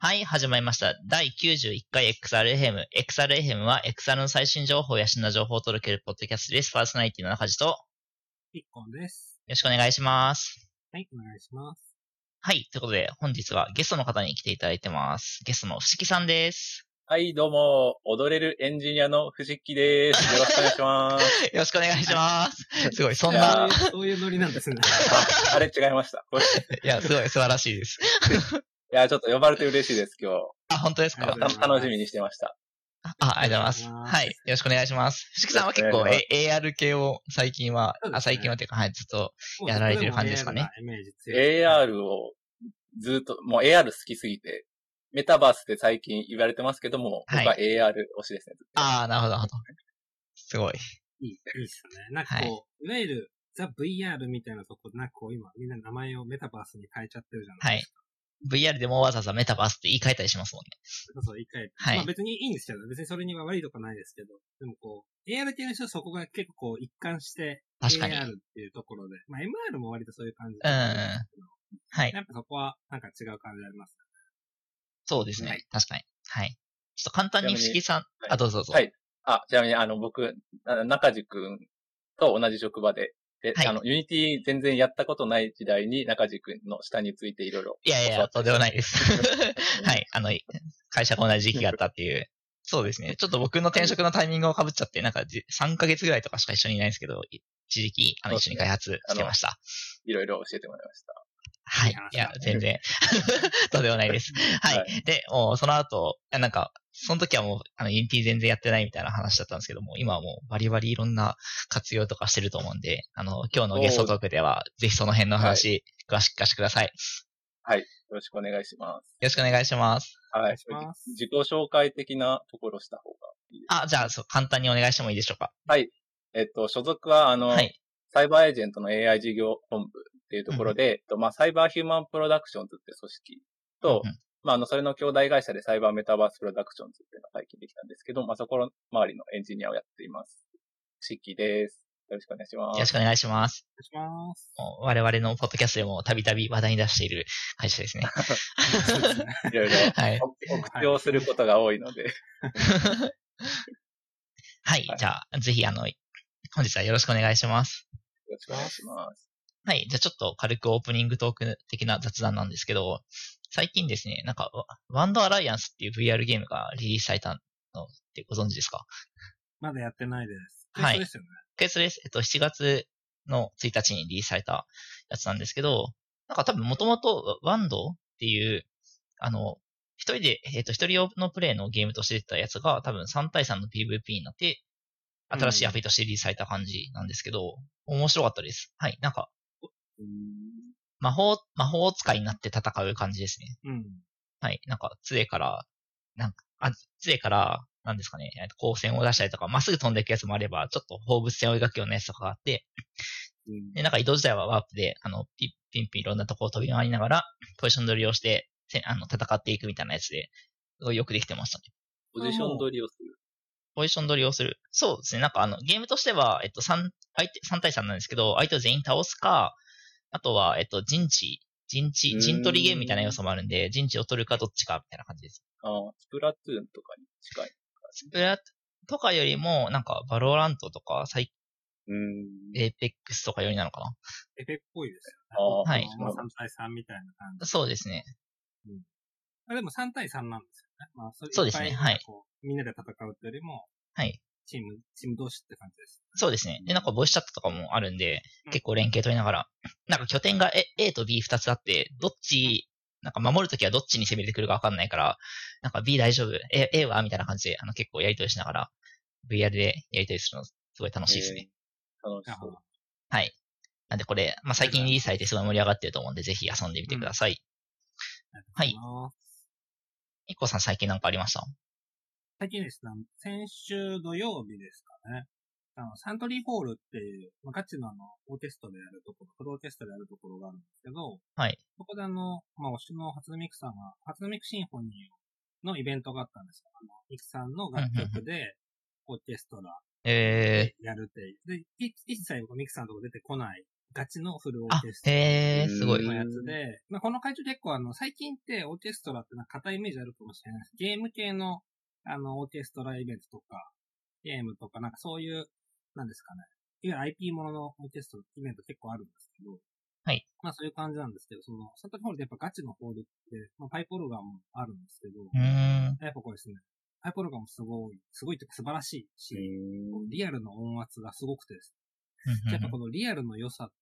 はい、始まりました。第91回 XRFM。XRFM は XR の最新情報や旬な情報を届けるポッドキャストです。パーソナリティの中地と、よ一本です。 ろしくお願いします。 はい、お願いします。 はい、ということで、本日はゲストの方に来ていただいてます。ゲストの伏木さんです。 はい、どうも、踊れるエンジニアの藤木です。よろしくお願いします。 よろしくお願いします。すごい、そんいやな、 そういうノリなんですね。 あれ違いました。 いや、すごい素晴らしいです。 いや、ちょっと呼ばれて嬉しいです、今日。 あ、本当ですか？ 楽しみにしてました。 ありがとうございます。はい、よろしくお願いします。伏木さんは結構AR 系を最近はというか、はい、ずっとやられてる感じですかね。 AR をずっと、もう AR 好きすぎて、メタバースって最近言われてますけども、僕は AR 推しですね。 ああ、なるほど、なるほど。すごい。 いいっすね。なんかこう、いわゆるザ・ VR みたいなとこ、なんかこう今みんな名前をメタバースに変えちゃってるじゃないですか。 はい。VR でもわざわざメタバースって言い換えたりしますもんね。 そう、言い換えて。はい。まあ別にいいんですけど、別にそれには悪いとかないですけど、でもこう、AR 系の人はそこが結構こう一貫して、 確かに AR っていうところで、まあ MR も割とそういう感じで。 はい。 やっぱそこはなんか違う感じあります。 そうですね。はい、確かに。はい。ちょっと簡単に伏木さん、はい、どうぞどうぞ。 はい。ちなみに僕、中地くんと同じ職場で、はい、ユニティ全然やったことない時代に中地くんの下についていろいろ。 いやいや、とんでもないです。はい。会社が同じ時期があったっていう。そうですね。ちょっと僕の転職のタイミングを被っちゃって、なんか3ヶ月ぐらいとかしか一緒にいないんですけど、一時期、一緒に開発してました。 いろいろ教えてもらいました。 はい。いや、全然。とんでもないです。はい。で、もう、その後、なんか、その時はもう、ユニティ全然やってないみたいな話だったんですけども、今はもうバリバリいろんな活用とかしてると思うんで、今日のゲストトークでは、ぜひその辺の話、詳しく聞かせてください。 はい。よろしくお願いします。よろしくお願いします。 はい。自己紹介的なところした方がいいですか？ じゃあ、簡単にお願いしてもいいでしょうか。 はい。所属は、はい、サイバーエージェントの AI 事業本部っていうところで、サイバーヒューマンプロダクションズって組織と、それの兄弟会社でサイバーメタバースプロダクションズっていうのが最近できたんですけど、そこの周りのエンジニアをやっています。しきです。よろしくお願いします。 よろしくお願いします。 お願いします。 我々のポッドキャストでもたびたび話題に出している会社ですね。 いろいろ、お口をすることが多いので。 はい。じゃあ、ぜひ、本日はよろしくお願いします。 よろしくお願いします。 はい。じゃあちょっと軽くオープニングトーク的な雑談なんですけど、最近ですね、なんか、ワンドアライアンスっていう VR ゲームがリリースされたのってご存知ですか？ まだやってないです。 はい。 ですよね。 です。7月の1日にリリースされたやつなんですけど、なんか多分もともとワンドっていう、一人で、一人用のプレイのゲームとして出たやつが多分3対3の PVP になって、新しいアプリとしてリリースされた感じなんですけど、面白かったです。はい。なんか、魔法使いになって戦う感じですね。はい。なんか、杖から、なんですかね、光線を出したりとか、まっすぐ飛んでいくやつもあれば、ちょっと放物線を描くようなやつとかがあって、で、なんか移動自体はワープで、ピンピンいろんなところを飛び回りながら、ポジション取りをして、戦っていくみたいなやつで、すごいよくできてましたね。 ポジション取りをする。 ポジション取りをする。そうですね。なんかゲームとしては、3対3なんですけど、相手を全員倒すか、あとは、陣取りゲームみたいな要素もあるんで、陣地を取るかどっちかみたいな感じです。 スプラトゥーンとかに近い。 スプラとかよりも、なんか、バロラントとか、エーペックスとかよりなのかな。 エペっぽいですよね。はい。 3対3みたいな感じ。 そうですね。 でも3対3なんですよね。 そうですね。はい。 みんなで戦うというよりも、 はい。 チーム同士って感じです。 そうですね。で、なんかボイスチャットとかもあるんで、結構連携取りながら、なんか拠点が A と B2 つあって、どっち、なんか守るときはどっちに攻めてくるかわかんないから、なんか B 大丈夫、A はみたいな感じで、結構やり取りしながら、VR でやり取りするの、すごい楽しいですね。 楽しそう。 はい。なんでこれ、最近リリースされてすごい盛り上がってると思うんで、ぜひ遊んでみてください。はい。いっこさん最近なんかありました？ 最近ですね、先週土曜日ですかね。サントリーホールっていう、ガチのオーケストラでやるところ、フルオーケストラでやるところがあるんですけど、 はい。 そこで推しの初音ミクさんが、初音ミクシンフォニーのイベントがあったんですよ。ミクさんの楽曲で、オーケストラでやるっていう。で、一切ミクさんのとこ出てこないガチのフルオーケストラ。すごい。 のやつで、まあ、この会場結構最近ってオーケストラってなんか硬いイメージあるかもしれないです。ゲーム系のオーケストライベントとか、ゲームとかなんかそういう、なんですかね。いわゆる IP もののオーケストライベント結構あるんですけど、 はい。 まあそういう感じなんですけど、サントリーホールでやっぱガチのホールって、まあパイプオルガンもあるんですけど、やっぱこれですね、パイプオルガンもすごいって素晴らしいし、リアルの音圧がすごくてですね。やっぱこのリアルの良さ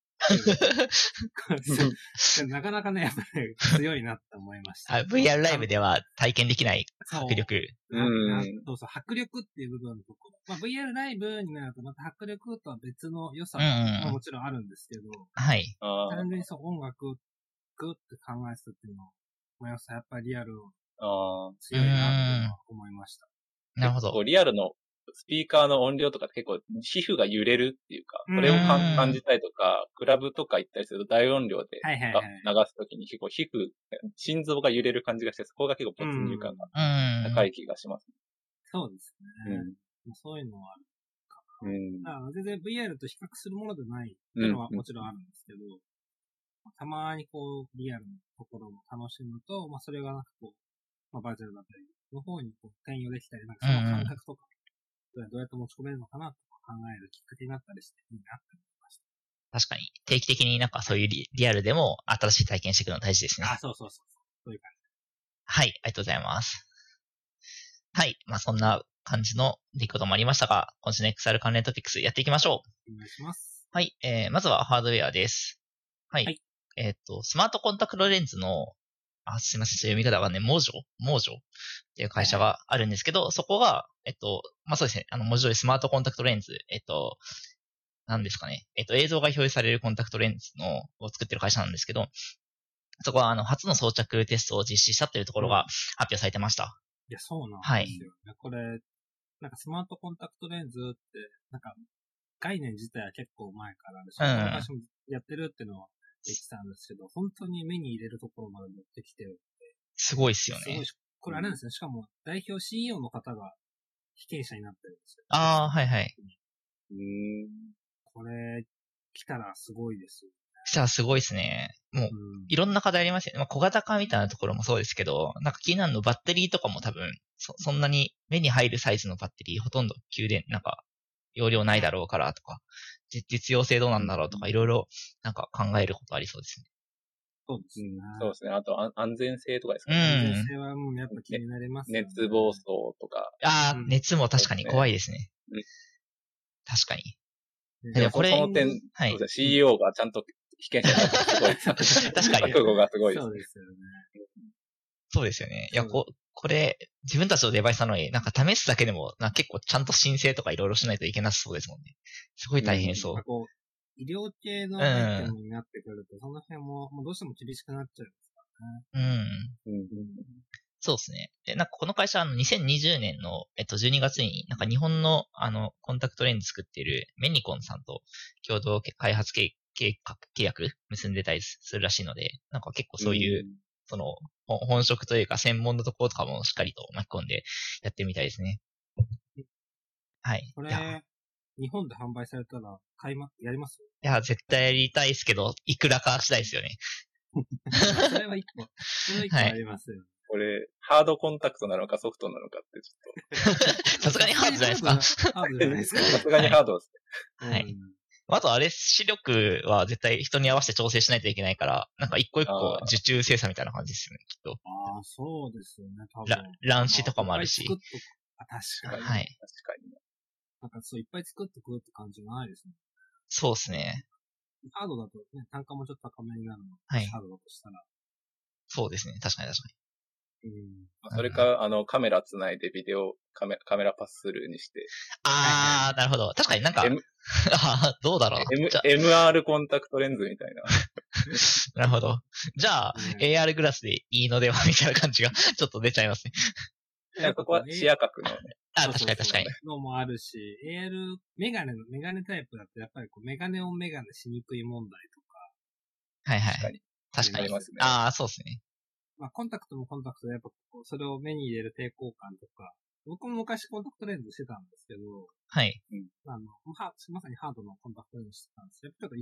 なかなかね、やっぱり強いなって思いました。 VR ライブでは体験できない迫力。 そうそう、迫力っていう部分のところ。まあ、VR ライブになるとまた迫力とは別の良さももちろんあるんですけど、 はい。 単純に音楽、グッて考えすっていうの良さ、やっぱりリアル強いなと思いました。 なるほど。 リアルのスピーカーの音量とか結構皮膚が揺れるっていうか、それを感じたりとか、クラブとか行ったりすると大音量で流すときに結構心臓が揺れる感じがして、そこが結構没入感が高い気がします。 そうですね。そういうのはあるかな。だから全然 VR と比較するものでないっていうのはもちろんあるんですけど、たまにこう、リアルなところも楽しむと、まあそれがなんかこう、まあバーチャルだったりの方にこう転用できたり、なんかその感覚とか、どうやって持ち込めるのかなと考えるきっかけになったりしていいなって思いました。 確かに。定期的になんかそういうリアルでも新しい体験していくの大事ですね。 そう。そういう感じ。 はい、ありがとうございます。はい。まあそんな感じの出来事もありましたが、今週の XR 関連トピックスやっていきましょう。お願いします。 はい。まずはハードウェアです。はい。スマートコンタクトレンズの、すいません、読み方がね、モージョっていう会社があるんですけど、そこが、まあ、そうですね、文字通りスマートコンタクトレンズ、何ですかね、映像が表示されるコンタクトレンズを作ってる会社なんですけど、そこは、初の装着テストを実施したというところが発表されてました。 いや、そうなんですよ、ね。これ、なんかスマートコンタクトレンズって、なんか、概念自体は結構前からあるし、昔もやってるっていうのはできたんですけど、本当に目に入れるところまで持ってきてるって。 すごいっすよね。 すごいし、これあれなんですね。しかも、代表 CEO の方が被験者になってるんですよ。 はいはい。 これ、来たらすごいですよ。 来たらすごいですね。もう、いろんな課題ありますよね。まあ、小型化みたいなところもそうですけど、なんか気になるのバッテリーとかも多分、そんなに目に入るサイズのバッテリーほとんどなんか、容量ないだろうからとか、実用性どうなんだろうとか、いろいろなんか考えることありそうですね。 そうですね。 そうですね。あと、安全性とかですかね。安全性はもうやっぱ気になりますね。 熱暴走とか。 熱も確かに怖いですね。確かに。 でもこれ、その点、はい、CEO がちゃんと被験者になってすごい。確かに。覚悟がすごいですね。 そうですよね。 そうですよね。いや、これ、自分たちのデバイスなのに、なんか試すだけでも、結構ちゃんと申請とかいろいろしないといけなさそうですもんね。すごい大変そう。 医療系のアイテムになってくると、その辺もどうしても厳しくなっちゃうんですからね。 そうですね。で、なんかこの会社は2020年の、12月に、なんか日本の、コンタクトレンズ作っているメニコンさんと共同開発契約結んでたりするらしいので、なんか結構そういう、本職というか専門のところとかもしっかりと巻き込んでやってみたいですね。はい。 これ、日本で販売されたらやります？ いや、絶対やりたいですけど、いくらかしたいですよね。 それは一個ありますよ。 これ、ハードコンタクトなのかソフトなのかってちょっと。さすがにハードじゃないですか。 ハードじゃないですか。 さすがにハードですね。はい。あとあれ、視力は絶対人に合わせて調整しないといけないから、なんか一個一個受注精査みたいな感じですよね、きっと。 そうですよね、多分。 乱視とかもあるし。 確かに。 はい。 確かに。 なんかいっぱい作ってくるって感じがないですね。 そうですね。 ハードだとね、単価もちょっと高めになるの。 はい。 ハードだとしたら。 そうですね。確かに。 それか、カメラつないでビデオ、カメラパススルーにして。 なるほど。確かになんか、どうだろう。 MR コンタクトレンズみたいな。 なるほど。じゃあ、AR グラスでいいのではみたいな感じがちょっと出ちゃいますね。 ここは視野角のね。 確かに。 のもあるし、AR、メガネタイプだとやっぱりメガネしにくい問題とか。はいはい。確かに。 ますね。 そうですね。 まあ、コンタクトでやっぱそれを目に入れる抵抗感とか、僕も昔コンタクトレンズしてたんですけど、 はい。 まさにハードのコンタクトレンズしてたんですけど、ちょっと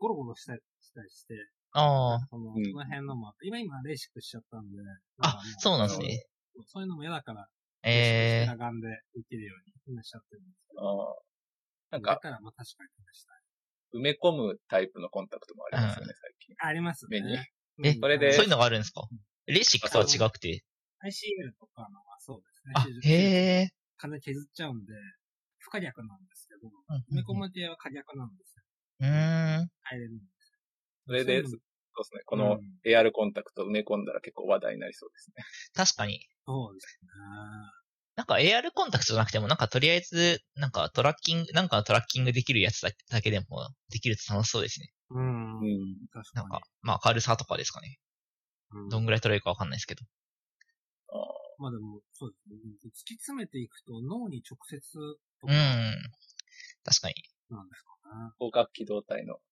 ゴロゴロしたりして、 ああ。 その辺のも、今レーシックしちゃったんで。 そうなんですね。 そういうのも嫌だから、レーシックしながんでできるように今しちゃってるんですけど。 なんか、 だからまあ確かに試したい。 埋め込むタイプのコンタクトもありますよね、最近。 ありますね。 目に。それで。そういうのがあるんですか？レーシックとは違くて。 ICL とかのはそうですね。へぇー。 金削っちゃうんで、不可逆なんですけど、埋め込む系は可逆なんですよ。入れるんですよ。 それで、そうですね。この AR コンタクト埋め込んだら結構話題になりそうですね。 確かに。 そうですね。 なんか AR コンタクトじゃなくても、なんかとりあえず、なんかトラッキングできるやつだけでもできると楽しそうですね。 確かに。 なんか、まあ軽さとかですかね。どんぐらい取れるかわかんないですけど。 まあでも、そうですね。突き詰めていくと脳に直接とか。 確かに。 なんですかね。 広角機動隊の。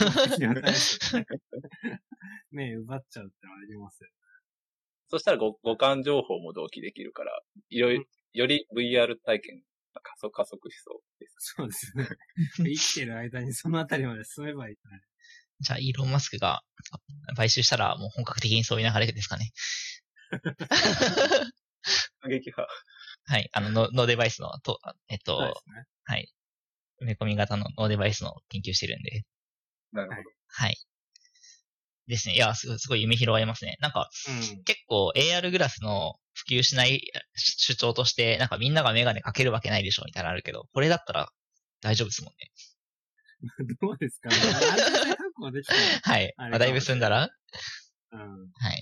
目奪っちゃうってのありますよね。 そしたら五感情報も同期できるから、より VR 体験が加速しそうです。 そうですね。生きてる間にそのあたりまで進めばいいね。 じゃあ、イーロン・マスクが買収したらもう本格的にそういう流れですかね。 過激派。 はい。ノーデバイスの、はい。埋め込み型のノーデバイスの研究してるんで。 なるほど。 はい。ですね。いや、すごい夢広がりますね。なんか、結構 AR グラスの普及しない主張として、なんかみんながメガネかけるわけないでしょみたいなのあるけど、これだったら大丈夫ですもんね。 どうですかね。安全性確保できたはい。だいぶ進んだらはい。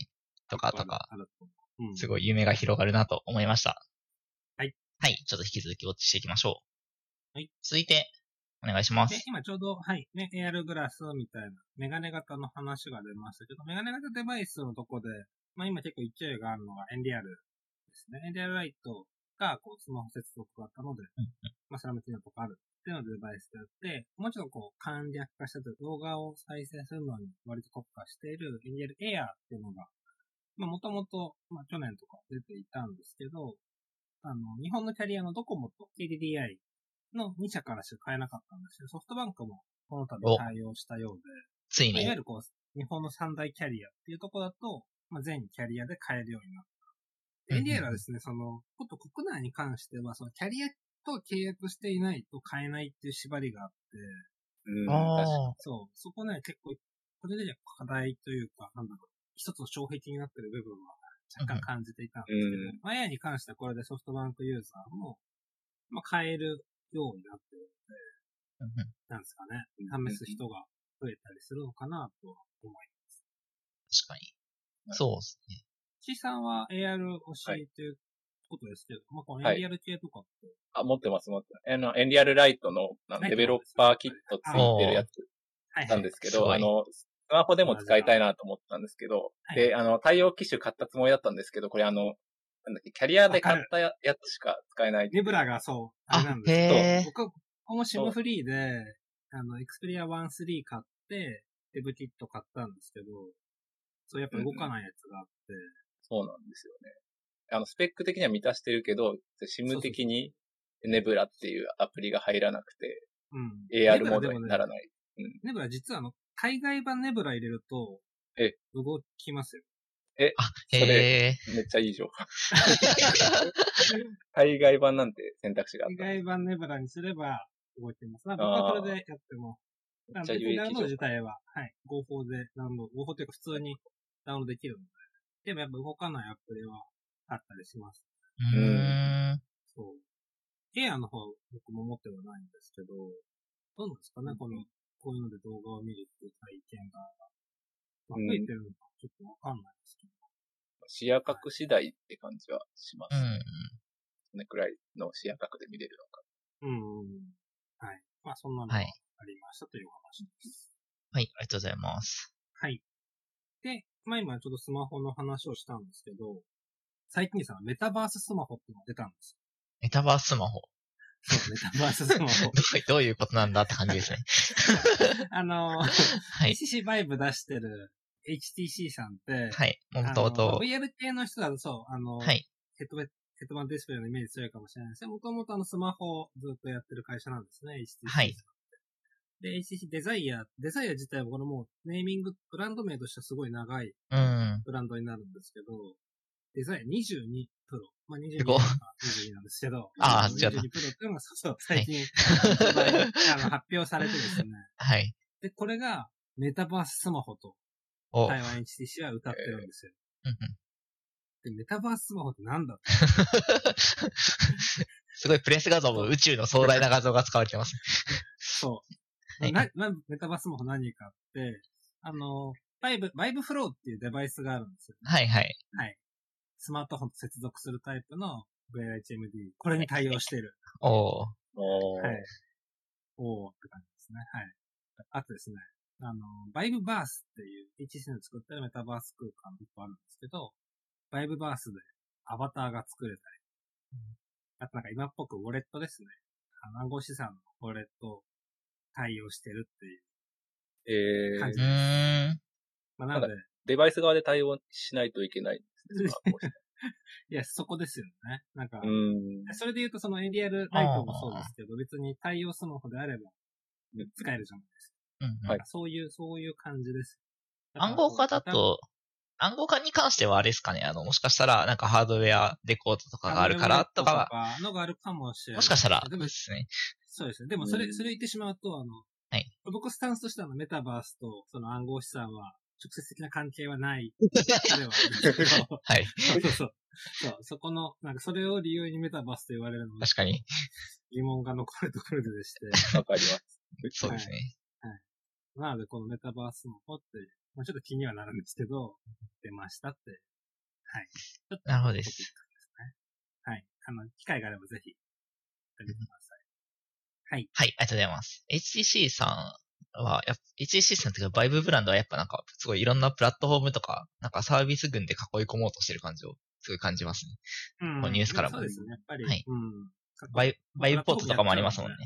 とか、すごい夢が広がるなと思いました。 はい。 はい。ちょっと引き続きウォッチしていきましょう。はい。 続いて、お願いします。 今ちょうど、はい。ね、AR グラスみたいな、メガネ型の話が出ましたけど、メガネ型デバイスのとこで、まあ今結構勢いがあるのが NDR ですね。NDR ライトが、スマホ接続だったので、まあそれも機能とかあるっていうのでデバイスであって、もうちょっと簡略化したと動画を再生するのに割と特化している NDR Air っていうのが、まあもともと、まあ去年とか出ていたんですけど、日本のキャリアのドコモと KDDI の2社からしか買えなかったんですけど、ソフトバンクもこの度対応したようで、 ついに、 いわゆる日本の三大キャリアっていうところだと、まあ、全キャリアで買えるようになった。NDR はですね、こと国内に関しては、キャリアと契約していないと買えないっていう縛りがあって、そう、そこね、結構、これで課題というか、一つの障壁になってる部分は若干感じていたんですけど、まあ、エアに関してはこれでソフトバンクユーザーも、まあ、買えるようになってるので、なんですかね、試す人が増えたりするのかなと思います。 確かに。そうですね。 C さんは AR 推しということですけど、まあ、この NDR 系とかって。 持ってます。NDR ライトのデベロッパーキットついてるやつなんですけど、スマホでも使いたいなと思ったんですけど、で、対応機種買ったつもりだったんですけど、これなんだっけ、キャリアで買ったやつしか使えない。 ネブラがそう、あれなんですけど、僕もシムフリーで、エクスペリア1-3買って、デブキット買ったんですけど、そうやっぱ動かないやつがあって。 そうなんですよね。スペック的には満たしてるけど、シム的にネブラっていうアプリが入らなくて、AR モードにならない。 ネブラ実は海外版ネブラ入れると、動きますよ。 それ、めっちゃいい情報。海外版なんて選択肢があった。 海外版ネブラにすれば動いてます。僕はこれでやっても。ダウンロード自体は、はい、合法でダウンロード、合法というか普通にダウンロードできるので。でもやっぱ動かないアプリはあったりします。そう。エアの方、僕も持ってはないんですけど、どうなんですかね、こういうので動画を見るっていう体験が。増えてるのかちょっとわかんないですけど。 視野角次第って感じはします。それくらいの視野角で見れるのか。 はい。まあそんなのがありましたというお話です。 はい、ありがとうございます。 はい。で、まあ今ちょっとスマホの話をしたんですけど、最近さ、メタバーススマホってのが出たんですよ。 メタバーススマホそう、メタバーススマホ。 どういうことなんだって感じですね。 HTC Vive 出してる HTC さんって、 はい、もともと。 VR 系の人だとそう、ヘッドバンディスプレイのイメージ強いかもしれないですけど、もともとスマホをずっとやってる会社なんですね、HTC さんって。 で、HTC デザイア自体はこれもうネーミング、ブランド名としてはすごい長いブランドになるんですけど、デザイア22プロ。まあ、22なんですけど。 ああ、 22プロっていうのがそう最近発表されてですね。 はい。 で、これがメタバーススマホと台湾 HTC は歌ってるんですよ。で、メタバーススマホってなんだってすごいプレス画像も宇宙の壮大な画像が使われてます。 そう。メタバーススマホ何かって、バイブフローっていうデバイスがあるんですよ、ね。 はいはい。 はい。スマートフォンと接続するタイプの VHMD。これに対応してる。 おー。 はい。おーって感じですね。はい。あとですね、バイブバースっていう HTC の作ってるメタバース空間がいっぱいあるんですけど、バイブバースでアバターが作れたり、あとなんか今っぽくウォレットですね。暗号資産のウォレット対応してるっていう感じです。まあ、なので、 デバイス側で対応しないといけないんですね。 いや、そこですよね。なんか、それで言うとそのエリアルライトもそうですけど、別に対応スマホであれば使えるじゃないですか。はい。そういう感じです。 暗号化だと、暗号化に関してはあれですかね、もしかしたらなんかハードウェアレコードとかがあるからとかは、 のがあるかもしれない。 もしかしたらですね。 そうですね。でもそれ言ってしまうと、はい。僕スタンスとしてはメタバースとその暗号資産は直接的な関係はないではあるんですけど。はい。そう。そこの、なんかそれを理由にメタバースと言われるのは、 確かに。 疑問が残るところでして。 わかります。 そうですね。 はい。なので、このメタバースの方って、まあ、ちょっと気にはなるんですけど、出ましたって。はい。 なるほどです。 はい。機会があればぜひ、やってください。はい。 はい、ありがとうございます。HTC さんは、HTC さんというか、バイブブランドはやっぱなんか、すごいいろんなプラットフォームとか、なんかサービス群で囲い込もうとしてる感じを、すごい感じますね。このニュースからも。 そうですね、やっぱり。 はい。バイブポートとかもありますもんね。はい。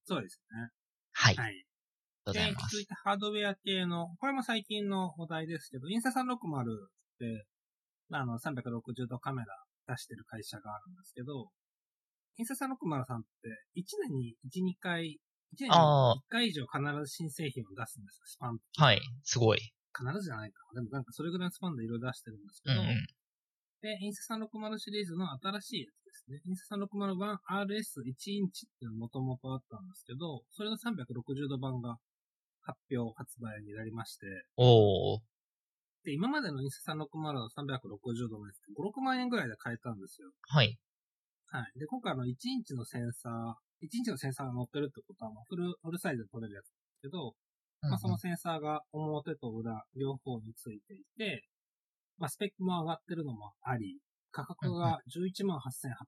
そうですね。 はい。はい。 で、続いてハードウェア系の、これも最近のお題ですけど、インサ360で、360度カメラ出してる会社があるんですけど、インサ360さんって、1年に1、2回、1年に1回以上必ず新製品を出すんですよ、スパン。 はい、すごい。 必ずじゃないか。でもなんかそれぐらいのスパンでいろいろ出してるんですけど、で、インサ360シリーズの新しいやつですね。インサ 360-1RS1 インチっていうのもともとあったんですけど、それの360度版が発売になりまして。で、今までのインサ360の360度のやつって5、6万円ぐらいで買えたんですよ。 はい。 はい。で、今回1インチのセンサーが乗ってるってことは、フルサイズで撮れるやつですけど、まあそのセンサーが表と裏両方についていて、まあスペックも上がってるのもあり、価格が118,800円。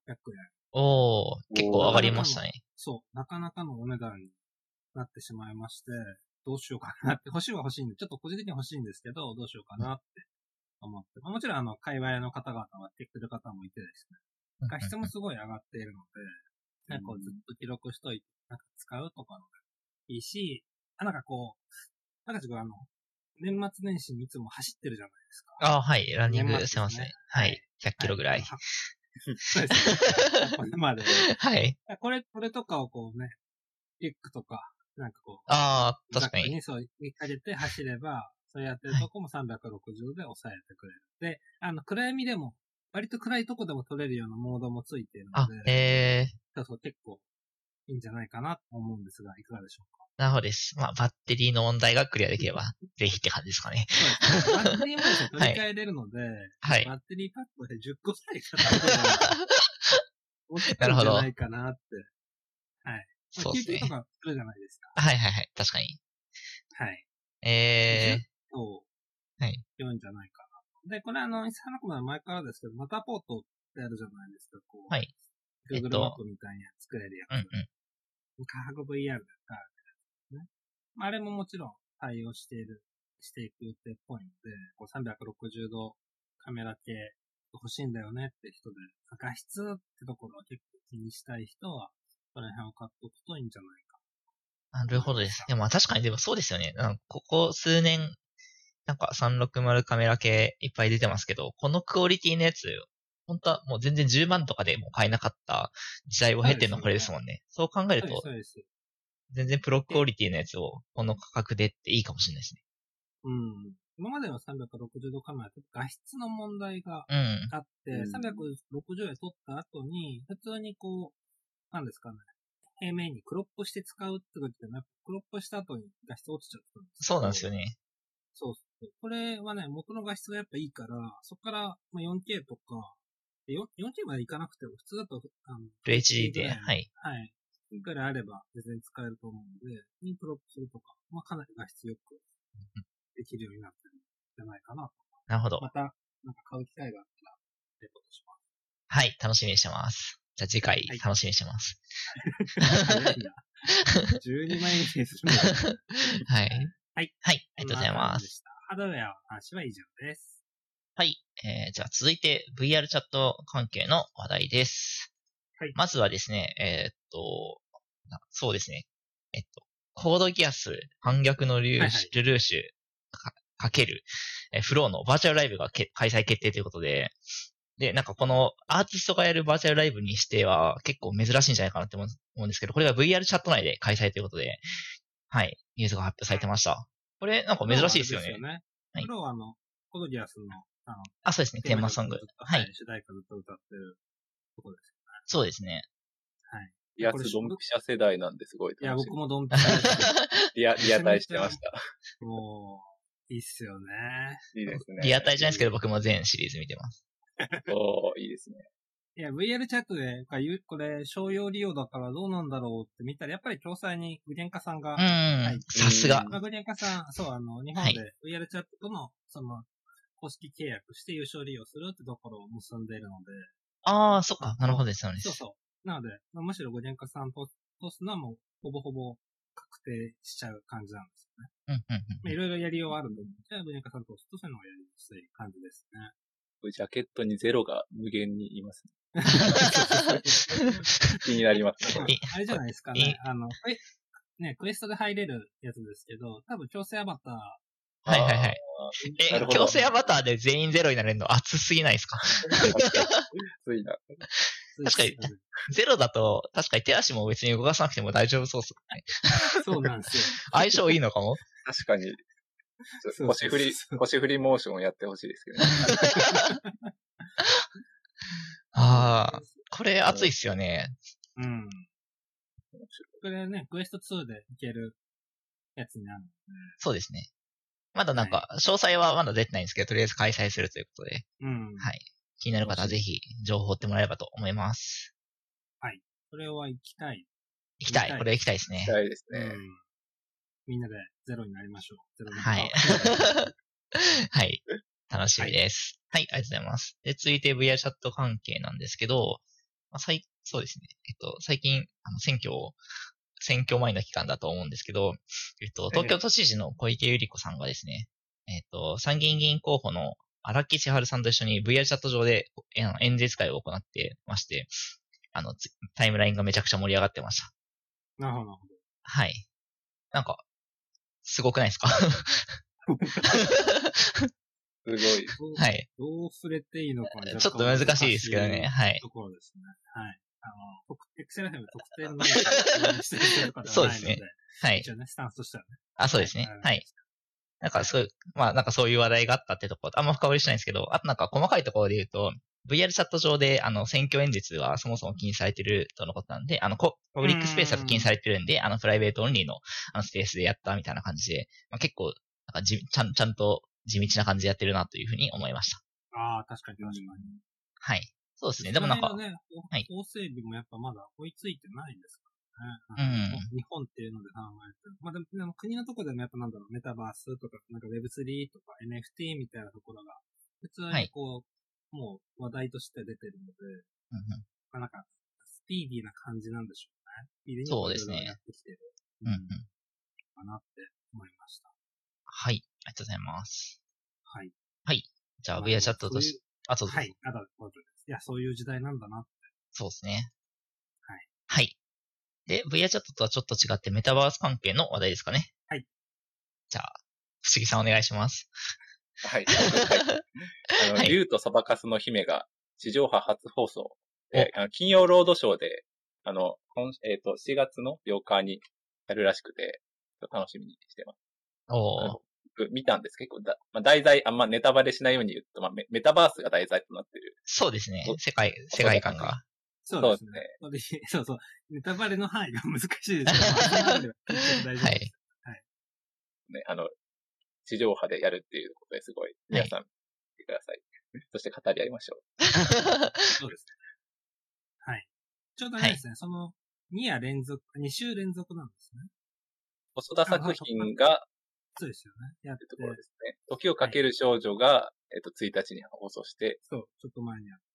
結構上がりましたね。 そう、なかなかのお値段になってしまいまして、どうしようかなって、欲しいんで、ちょっと個人的に欲しいんですけど、どうしようかなって思って。まあ、もちろん界隈の方々は手くる方もいてですね、画質もすごい上がっているので、なんかずっと記録しといて、なんか使うとかのいいし、なんか自分年末年始にいつも走ってるじゃないですか。 はい、ランニングしてますね。はい、100キロぐらい。 そうですね。これまで。 はい。 これとかをリュックとか、なんか確かに。 にそう、かけて走れば、そうやってるとこも360度で抑えてくれる。で、暗闇でも、割と暗いとこでも撮れるようなモードもついているので、そう結構いいんじゃないかなと思うんですが、いかがでしょうか。 なるほどです。まあ、バッテリーの問題がクリアできれば、ぜひって感じですかね。 そうですね。バッテリーもですね、取り替えれるので、はい。バッテリーパックで10個くらい買ってなるほど。 じゃないかなって。はい。 そうですね。 救急とか来るじゃないですか。 はい。確かに。 はい。 はい。 言うんじゃないかな。で、これインサ360の前からですけど、マターポートってあるじゃないですか。 はい。 Google マップみたいに作れるやつ。価格 VR で使うやつね。あれももちろん対応していく予定っぽいので、360度カメラ系欲しいんだよねって人で、画質ってところは結構気にしたい人は、この辺を買っておくといいんじゃないか。 なるほどです。でも確かにでもそうですよね。ここ数年、なんか360カメラ系いっぱい出てますけど、このクオリティのやつ、本当はもう全然10万とかでも買えなかった時代を経てのこれですもんね。そう考えると、 全然プロクオリティのやつをこの価格でっていいかもしれないですね。 うん。今までの360度カメラって画質の問題があって、360で撮った後に、普通にこう、なんですかね、平面にクロップして使うってことで、クロップした後に画質落ちちゃったんです。 そうなんですよね。 そう。これはね、元の画質がやっぱいいから、そこから、4K とか、4K までいかなくても、普通だと、 HD で、はい。 はい。いくらいあれば全然使えると思うので、にクロップするとか、かなり画質よくできるようになってるんじゃないかなと。 なるほど。 また、なんか買う機会があったら、レポートします。 はい、楽しみにしてます。じゃあ次回、楽しみにしてます。 12万円にするはい。はい。はい、ありがとうございます。 ハードウェアの話は以上です。 はい。じゃあ続いて VR チャット関係の話題です。はい。まずはですね、そうですね。コードギアス反逆のルルーシュかける、フローのバーチャルライブが開催決定ということで、で、なんかこのアーティストがやるバーチャルライブにしては結構珍しいんじゃないかなって思うんですけど、これが VR チャット内で開催ということで、はい、ニュースが発表されてました。これなんか珍しいですよね。 はい。フローはコードギアスの、 そうですね、テーマソング。 はい。主題歌ずっと歌ってるところですよね。 そうですね。 はい。 いや、ドンピシャ世代なんですごい楽しみ。 いや、僕もドンピシャリアタイしてました。 もう、いいっすよね。 いいですね。 リアタイじゃないですけど、僕も全シリーズ見てます。 おー、いいですね。 いや、VR チャットで、これ、商用利用だからどうなんだろうって見たら、やっぱり詳細にグリェンカさんが、 さすが。 グリェンカさん、そう、日本で VR チャットとの、公式契約して有償利用するってところを結んでいるので。 ああ、そっか。なるほどですよね。 そうそう。なので、むしろグリェンカさんと通すのはもう、ほぼほぼ確定しちゃう感じなんですよね。いろいろやりようあるので、じゃあグリェンカさんと通すとそういうのをやりやすい感じですね。 ジャケットにゼロが無限にいますね。気になりますね。 あれじゃないですかね。クエストで入れるやつですけど、多分強制アバター。 はいはいはい。強制アバターで全員ゼロになれるの熱すぎないですか？ 熱いな。 確かに、ゼロだと、確かに手足も別に動かさなくても大丈夫そうですね。 そうなんですよ。 相性いいのかも？ 確かに。腰振りモーションをやってほしいですけどね。 ああ、これ熱いっすよね。 うん。これね、クエスト2でいけるやつになる。 そうですね。まだなんか、詳細はまだ出てないんですけど、とりあえず開催するということで。はい。気になる方はぜひ情報を追ってもらえればと思います。 はい。これは行きたい。 これ行きたいですね。 行きたいですね。 みんなでゼロになりましょう。 はい。はい。楽しみです。はい、ありがとうございます。で、続いて VR チャット関係なんですけど、そうですね。最近、選挙前の期間だと思うんですけど、東京都知事の小池百合子さんがですね、参議院議員候補の荒木千春さんと一緒に VR チャット上で演説会を行ってまして、タイムラインがめちゃくちゃ盛り上がってました。 なるほど。 はい。なんか、すごくないですか？すごい。 はい。 どう触れていいのかちょっと難しいですけどね。はい。 ところですね。はい。エクセルフェム特定の何かをしてるとかではないので。そうですね。はい。一応ね、スタンスとしてはね。 そうですね。はい。なんかなんかそういう話題があったってところ、あんま深掘りしないんですけど、あとなんか細かいところで言うと、VR チャット上で、選挙演説はそもそも禁止されてるとのことなんで、パブリックスペースは禁止されてるんで、プライベートオンリーの、スペースでやったみたいな感じで、結構、なんかちゃんと地道な感じでやってるなというふうに思いました。 ああ、確かに。 はい。そうですね。でもなんか、 はい。法整備もやっぱまだ追いついてないんですからね。日本っていうので考えても。でも国のところでもやっぱメタバースとか、なんか Web3 とか NFT みたいなところが、普通にもう話題として出てるので、なんか、スピーディーな感じなんでしょうね。スピーディーにそうですね。 やってきてる。かなって思いました。 はい。ありがとうございます。 はい。 はい。じゃあ、VR チャットとして、そうです。 はい。いや、そういう時代なんだなって。 そうですね。 はい。 はい。で、VR チャットとはちょっと違ってメタバース関係の話題ですかね。 はい。 じゃあ、不思議さんお願いします。 はい。竜とそばかすの姫が地上波初放送。金曜ロードショーで、7月の8日にやるらしくて、楽しみにしてます。 おー。 見たんです。結構題材、あんまネタバレしないように言うと、メタバースが題材となってる。 そうですね。世界観が。 そうですね。そう。ネタバレの範囲が難しいですけど、大丈夫です。はい。 ね、地上波でやるっていうことですごい、皆さん、見てください。そして語り合いましょう。 そうですね。はい。ちょうどあれですね、その2週連続なんですね。 細田作品が、 そうですよね。 やってるところですね。時をかける少女が、1日に放送して。 そう、ちょっと前にあって。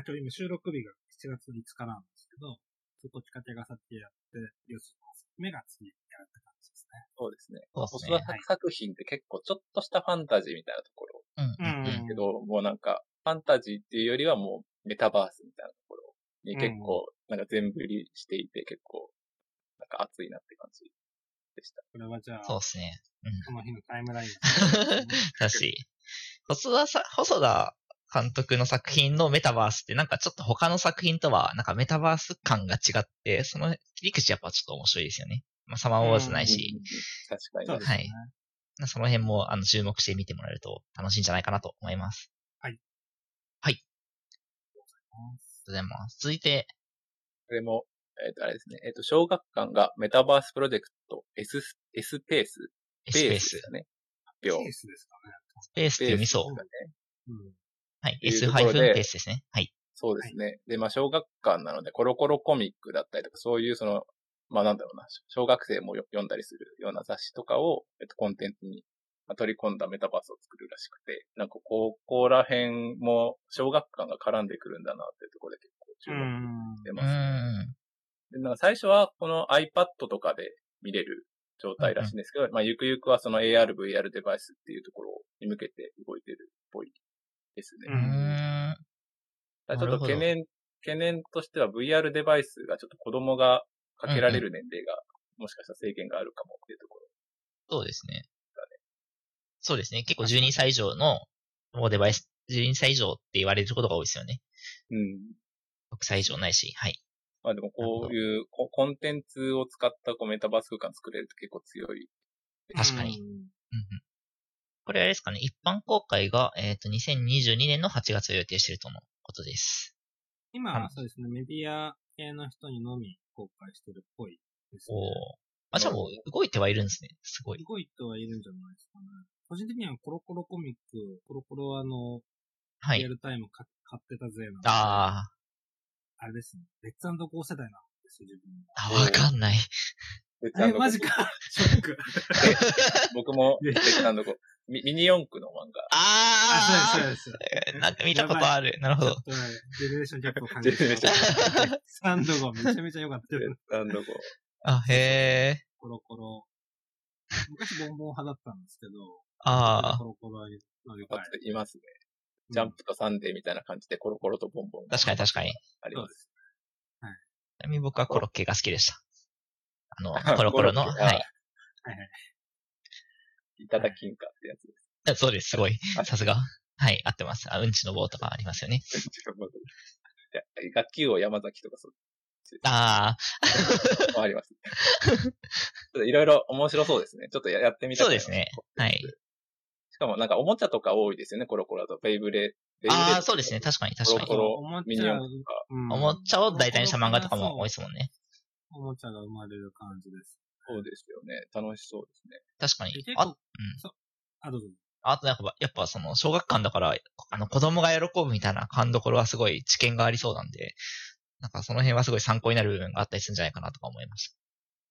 今日収録日が7月5日なんですけど、そこ地下手がさってやって、要するに、目が次やるって感じですね。 そうですね。細田作品って結構ちょっとしたファンタジーみたいなところ。ですけど、もうなんか、ファンタジーっていうよりはもうメタバースみたいなところに結構、なんか全振りしていて結構、なんか熱いなって感じでした。 これはじゃあ、 そうですね。 この日のタイムライン。 だし、細田監督の作品のメタバースってなんかちょっと他の作品とはなんかメタバース感が違って、その切り口やっぱちょっと面白いですよね。まあ、サマーウォーズないし。 確かに。 はい。その辺も注目して見てもらえると楽しいんじゃないかなと思います。 はい。 はい。ありがとうございます。続いて。 これも、あれですね。小学館がメタバースプロジェクト S ペースですかね。 発表。スペースですかね。 スペースって読みそう。はい。S- ペースですね。はい。 そうですね。で、まあ、小学館なので、コロコロコミックだったりとか、そういうまあ、なんだろうな、小学生も読んだりするような雑誌とかを、コンテンツに取り込んだメタバースを作るらしくて、なんかここら辺も小学館が絡んでくるんだなっていうところで結構注目してますね。で、なんか最初はこの iPad とかで見れる状態らしいんですけど、まあ、ゆくゆくはその AR、VR デバイスっていうところに向けて動いてるっぽいですね。ちょっと懸念としては VR デバイスがちょっと子供がかけられる年齢が、もしかしたら制限があるかもっていうところ。 そうですね。そうですね。結構12歳以上のデバイス、12歳以上って言われることが多いですよね。6歳以上ないし、はい。 まあでもこういうコンテンツを使ったメタバース空間作れると結構強い。 確かに。これあれですかね。一般公開が、2022年の8月を予定しているとのことです。 今はそうですね。メディア系の人にのみ公開してるっぽいですね。 じゃあもう動いてはいるんですね。すごい。 動いてはいるんじゃないですかね。個人的にはコロコロコミック、コロコロリアルタイム買ってたぜなんで。あれですね。レッツゴー世代なんですよ、自分。 わかんない。 マジか。ショック。 僕もレッツゴー。ミニ四駆の漫画。そうです。 なんか見たことある。なるほど。 ジェネレーションギャップを感じて。スタンドゴーめちゃめちゃ良かったよ。 スタンドゴー。へー。 コロコロ。昔ボンボン派だったんですけど。コロコロに乗り換えて。 いますね。ジャンプとサンデーみたいな感じでコロコロとボンボン。 確かに。 あります。 はい。ちなみに僕はコロッケが好きでした。コロコロの、はい。 いただきんかってやつです。そうです、すごい。さすが。はい、合ってます。うんちの棒とかありますよね。 うんちの棒とか。学級王山崎とかそう。 あります。いろいろ面白そうですね。ちょっとやってみたい。 そうですね。はい。 しかもなんかおもちゃとか多いですよね、コロコロだと。ベイブレ。 そうですね。確かに。コロコロ、ミニ四駆とか。 おもちゃを大体にした漫画とかも多いですもんね。 おもちゃが生まれる感じです。 そうですよね。楽しそうですね。 確かに。 どうぞ。 あとやっぱその小学館だから、子供が喜ぶみたいな勘どころはすごい知見がありそうなんで、なんかその辺はすごい参考になる部分があったりするんじゃないかなとか思いました。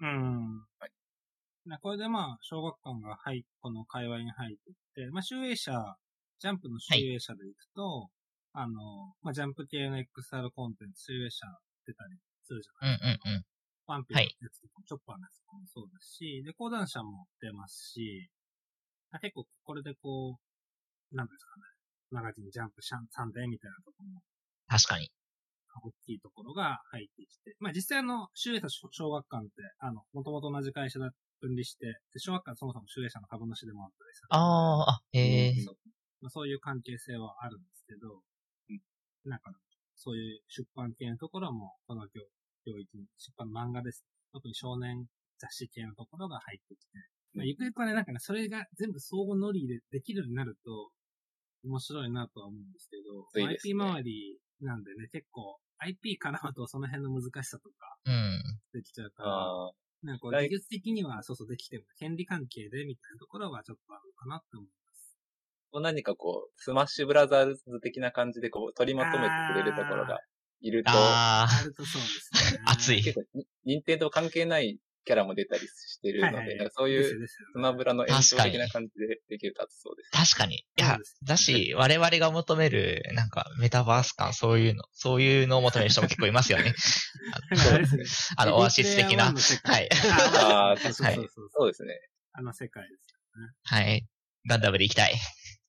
はい。これで小学館がこの界隈に入っていって、集英社、ジャンプの集英社で行くと、ジャンプ系の XR コンテンツ、集英社出たりするじゃないですか。ワンピのやつとか、チョッパーのやつとかもそうですし、で、講談社も出ますし、結構これでなんですかね、マガジンジャンプサンデーみたいなところも。 確かに。 大きいところが入ってきて、実際集英社小学館って、もともと同じ会社だ分離して、で小学館そもそも集英社の株主でもあったりする。そういう関係性はあるんですけど、なんか、そういう出版系のところも、この領域、出版漫画です。特に少年雑誌系のところが入ってきて、まあ、ゆくゆくはね、なんかね、それが全部相互乗りでできるようになると、面白いなとは思うんですけど、 いいですね、 IP 周りなんでね、結構 IP 絡むとその辺の難しさとか、できちゃうから、なんかこう技術的にはそうそうできても、権利関係でみたいなところはちょっとあるかなって思います。 何かこう、スマッシュブラザーズ的な感じでこう、取りまとめてくれるところがいると、 あるとそうですね。 熱い。 結構、任天堂関係ないキャラも出たりしてるので、なんかそういうスマブラの延長的な感じでできると熱そうです。 確かに。いや、だし、我々が求める、なんか、メタバース感、そういうのを求める人も結構いますよね。オアシス的な。はい。 ああ、確かに。そうですね。 あの世界ですよね。 はい。ガンダムで行きたい。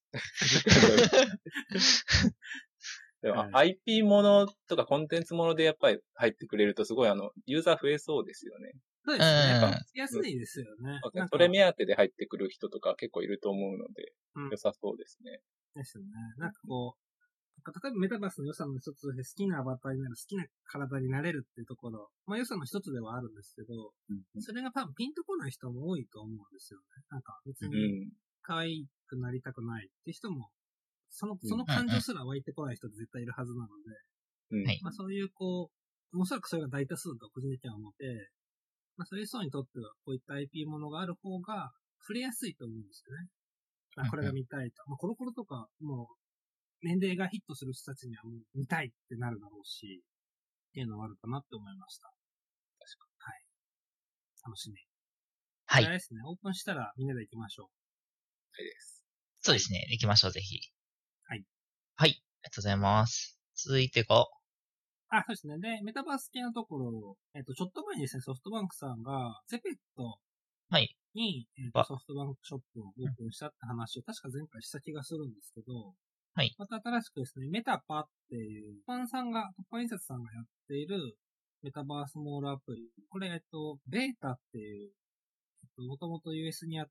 でも、IP ものとかコンテンツものでやっぱり入ってくれるとすごいユーザー増えそうですよね。 そうですね。安いですよね。 それ目当てで入ってくる人とか結構いると思うので、良さそうですね。 ですよね。なんかこう、例えばメタバースの良さの一つで好きなアバターになる、好きな体になれるっていうところ、まあ良さの一つではあるんですけど、それが多分ピンとこない人も多いと思うんですよね。なんか別に可愛くなりたくないって人も、その感情すら湧いてこない人って絶対いるはずなので、まあそういうこう、おそらくそれが大多数だと個人的には思って、まあそういう人にとってはこういった IP ものがある方が触れやすいと思うんですよね。これが見たいと。まあコロコロとかもう年齢がヒットする人たちにはもう見たいってなるだろうし、っていうのはあるかなって思いました。確かに。はい。楽しみ。はい。あれですね、オープンしたらみんなで行きましょう。 はいです。 そうですね、行きましょう、ぜひ。 はい。 はい。ありがとうございます。続いてが、 そうですね。で、メタバース系のところ、ちょっと前にですね、ソフトバンクさんが、ゼペットに、ソフトバンクショップをオープンしたって話を、確か前回した気がするんですけど、 はい。 また新しくですね、メタパっていう、突破印刷さんがやっているメタバースモールアプリ。これ、ベータっていう、もともと US にあって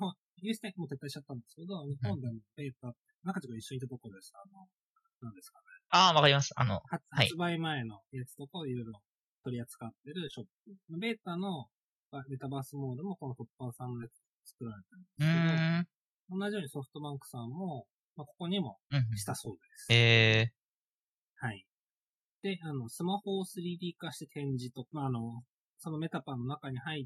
、US でも撤退しちゃったんですけど、日本でもベータって、中地が一緒にいたところです。なんですかね。 わかります。 発売前のやつとかをいろいろ取り扱ってるショップ。ベータのメタバースモールもこの突破さんのやつ作られてるんですけど、同じようにソフトバンクさんも、ここにもしたそうです。はい。で、スマホを 3D 化して展示と、そのメタパンの中に入って、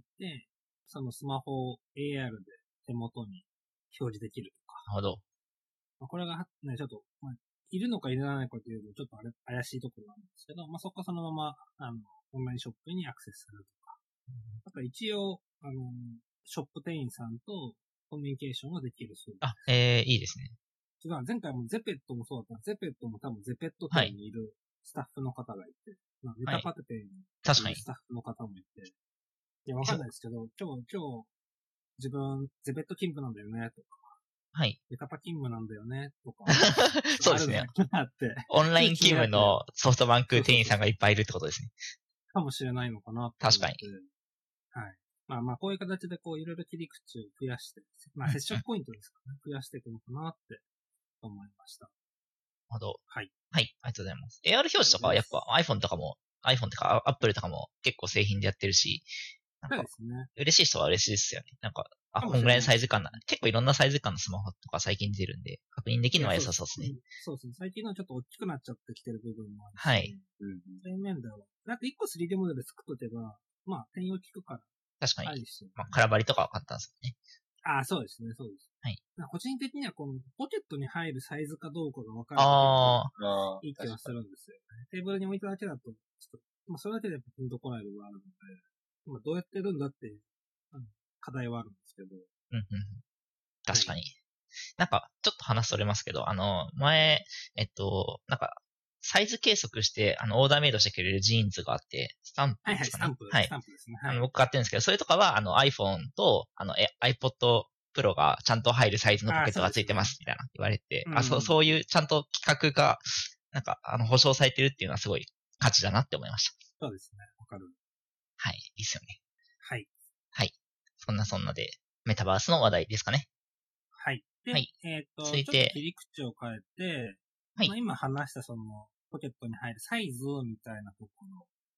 そのスマホを AR で手元に表示できるとか。 なるほど。 これがね、ちょっと、いるのかいらないかというと、ちょっと怪しいところなんですけど、そこはそのまま、オンラインショップにアクセスするとか。だから一応、ショップ店員さんとコミュニケーションができるそうです。いいですね。 前回もゼペットもそうだった。ゼペットも多分ゼペット店にいるスタッフの方がいて、メタパテ店にいるスタッフの方もいて、いや、わかんないですけど、今日、自分、ゼペット勤務なんだよね、とか。 はい。 メタパ勤務なんだよね、とか。 そうですね。オンライン勤務のソフトバンク店員さんがいっぱいいるってことですね。 かもしれないのかな確かに。 はい。こういう形でいろいろ切り口を増やして、接触ポイントですかね。増やしていくのかなって思いました。 なるほど。 はい。 はい、ありがとうございます。AR 表示とかはやっぱ iPhone とか Apple とかも結構製品でやってるし、 そうですね。 嬉しい人は嬉しいですよね。こんぐらいのサイズ感結構いろんなサイズ感のスマホとか最近出るんで、確認できるのは良さそうですね。 そうですね。最近のはちょっと大きくなっちゃってきてる部分もあるし。はい。そういう面では。1個 3D モデル作っとけば、転用効くから。 確かに。空張りとかは簡単ですね。 そうですね、そうです。はい。個人的にはこのポケットに入るサイズかどうかが分かるといい気はするんですよね。テーブルに置いただけだと、ちょっと、それだけでやっぱピンとこない部分があるので、どうやってるんだっていう、課題はあるんですけど。 確かに。ちょっと話それますけど、前、サイズ計測して、オーダーメイドしてくれるジーンズがあって、スタンプですかね。 はい、スタンプですね。 僕買ってるんですけど、それとかは、iPhone と、iPod Pro がちゃんと入るサイズのポケットがついてます、みたいな言われて、そういうちゃんと規格が、保証されてるっていうのはすごい価値だなって思いました。 そうですね。わかる。 はい、いいっすよね。 はい。 はい。そんなで、メタバースの話題ですかね。 はい。で、 はい、 続いて、ちょっと切り口を変えて、今話したポケットに入るサイズみたいなところ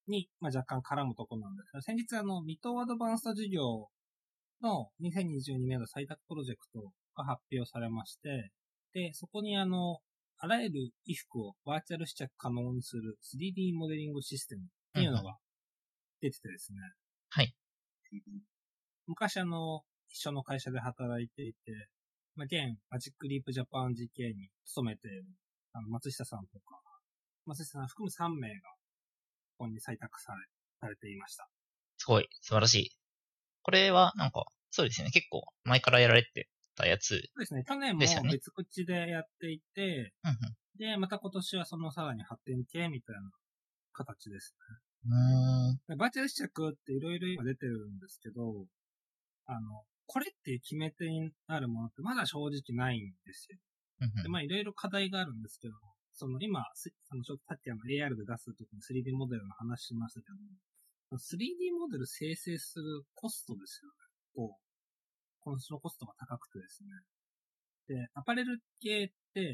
に、若干絡むところなんですが、先日未踏アドバンスト事業の2022年度採択プロジェクトが発表されまして、で、そこにあらゆる衣服をバーチャル試着可能にする 3D モデリングシステムっていうのが出ててですね。 はい。 昔一緒の会社で働いていて、現マジックリープジャパン GK に勤めている松下さんとか、松下さん含む3名がここに採択されていました。 すごい、素晴らしい。これはそうですね、結構前からやられてたやつ、 そうですね、去年も別口でやっていて、で、また今年はそのさらに発展系みたいな形ですね。バーチャル試着っていろいろ今出てるんですけど、これっていう決め手になるものってまだ正直ないんですよ。で、いろいろ課題があるんですけど、今、ちょっとさっきAR で出すときに 3D モデルの話しましたけど、3D モデル生成するコストですよね。そのコストが高くてですね。で、アパレル系って、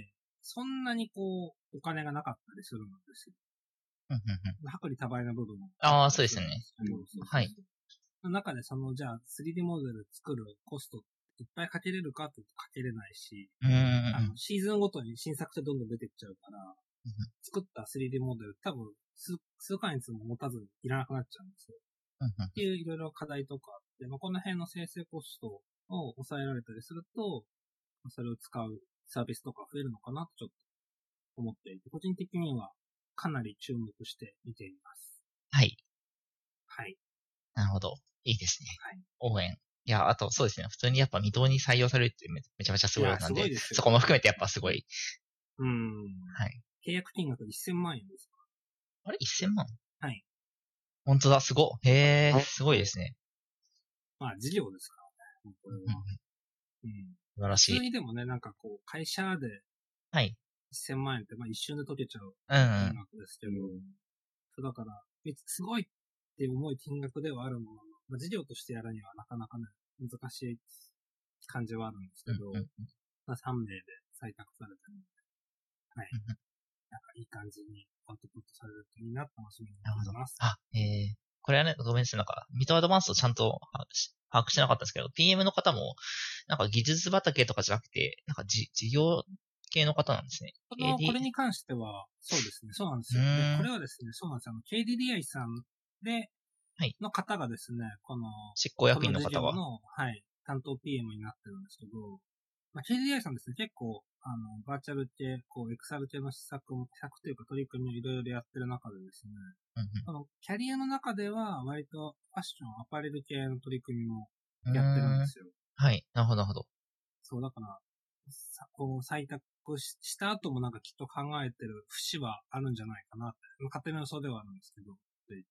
そんなにお金がなかったりするんですよ。薄利多売の部分も。 ああ、そうですね。はい。 の中でじゃあ 3D モデル作るコストいっぱいかけれるかってかけれないし、シーズンごとに新作ってどんどん出てきちゃうから、作った 3D モデル多分数ヶ月も持たずにいらなくなっちゃうんですよ。っていういろいろ課題とかあって、この辺の生成コストを抑えられたりすると、それを使うサービスとか増えるのかなとちょっと思っていて、個人的にはかなり注目して見ています。 はい。 はい。 なるほど。いいですね。 はい。 応援。いや、あとそうですね。普通にやっぱ未踏に採用されるってめちゃめちゃすごいなんで、そこも含めてやっぱすごい。はい。 契約金額1000万円ですか？ あれ ?1000 万？ はい。 本当だ、すご。へー、すごいですね。 事業ですからね。これは。 素晴らしい。 普通にでもね、会社で、 はい。 1000万円って、一瞬で解けちゃう金額ですけど、だから、すごいって思い金額ではあるものの、事業としてやるにはなかなかね、難しい感じはあるんですけど、3名で採択されてるので、はい。いい感じにアウトプットされるといいな、楽しみにしています。 これはね、ごめんなさい、ミッドアドバンストちゃんと把握してなかったんですけど、PM の方も、技術畑とかじゃなくて、事業系の方なんですね。 これに関しては、そうですね、そうなんですよ。で、これはですね、そうなんですよ。KDDI さんで、の方がですね、 執行役員の方は。 はい、担当 PM になってるんですけど、KDDI さんですね、結構、バーチャル系、エクサル系の施策というか取り組みをいろいろやってる中でですね、キャリアの中では割とファッション、アパレル系の取り組みもやってるんですよ。 はい、なるほど、なるほど。 そう、だから、採択した後もきっと考えてる節はあるんじゃないかなって、勝手な予想ではあるんですけど、と言って、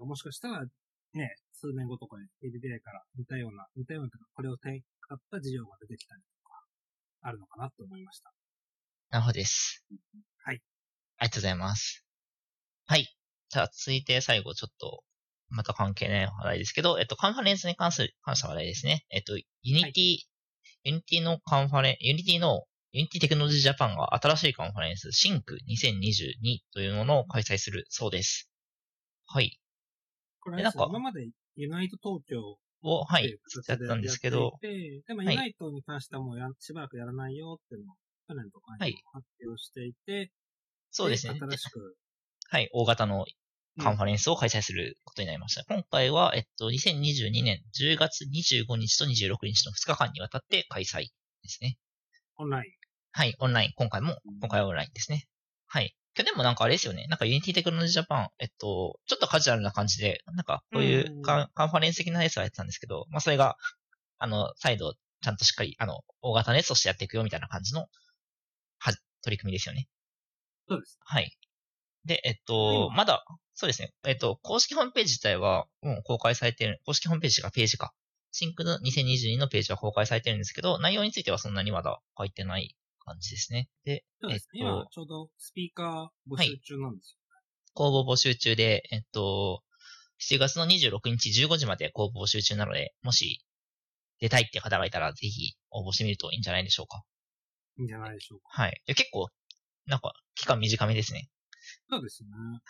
もしかしたら、ね、数年後とかに KDDI から似たようなというか、これを使った事業が出てきたりとか、あるのかなと思いました。 なるほどです。 はい。 ありがとうございます。はい。じゃあ、続いて最後ちょっと、また関係ない話題ですけど、カンファレンスに関した話題ですね。ユニティのユニティテクノロジージャパンが新しいカンファレンス、シンク2022というものを開催するそうです。はい。 これ今までユナイト東京を、はい、やったんですけど、 でもユナイトに関してはもうしばらくやらないよっていうのを去年とかに発表していて、 そうですね。 新しく。 はい、大型のカンファレンスを開催することになりました。今回は、2022年10月25日と26日の2日間にわたって開催ですね。 オンライン。 はい、オンライン。今回はオンラインですね。はい。去年もあれですよね。ユニティテクノロジージャパン、ちょっとカジュアルな感じで、こういうカンファレンス的なやつはやってたんですけど、それが、再度、ちゃんとしっかり、大型のやつとしてやっていくよみたいな感じの、取り組みですよね。 そうです。 はい。で、まだ、そうですね。公式ホームページ自体は、もう公開されている、公式ホームページか。シンクの2022のページは公開されてるんですけど、内容についてはそんなにまだ書いてない感じですね。で、 そうですね。今、ちょうどスピーカー募集中なんですよ。 はい、公募募集中で、7月の26日15時まで公募募集中なので、もし出たいって方がいたら、ぜひ応募してみるといいんじゃないでしょうか。 いいんじゃないでしょうか。 はい。で結構、期間短めですね。 そうですね。 はい。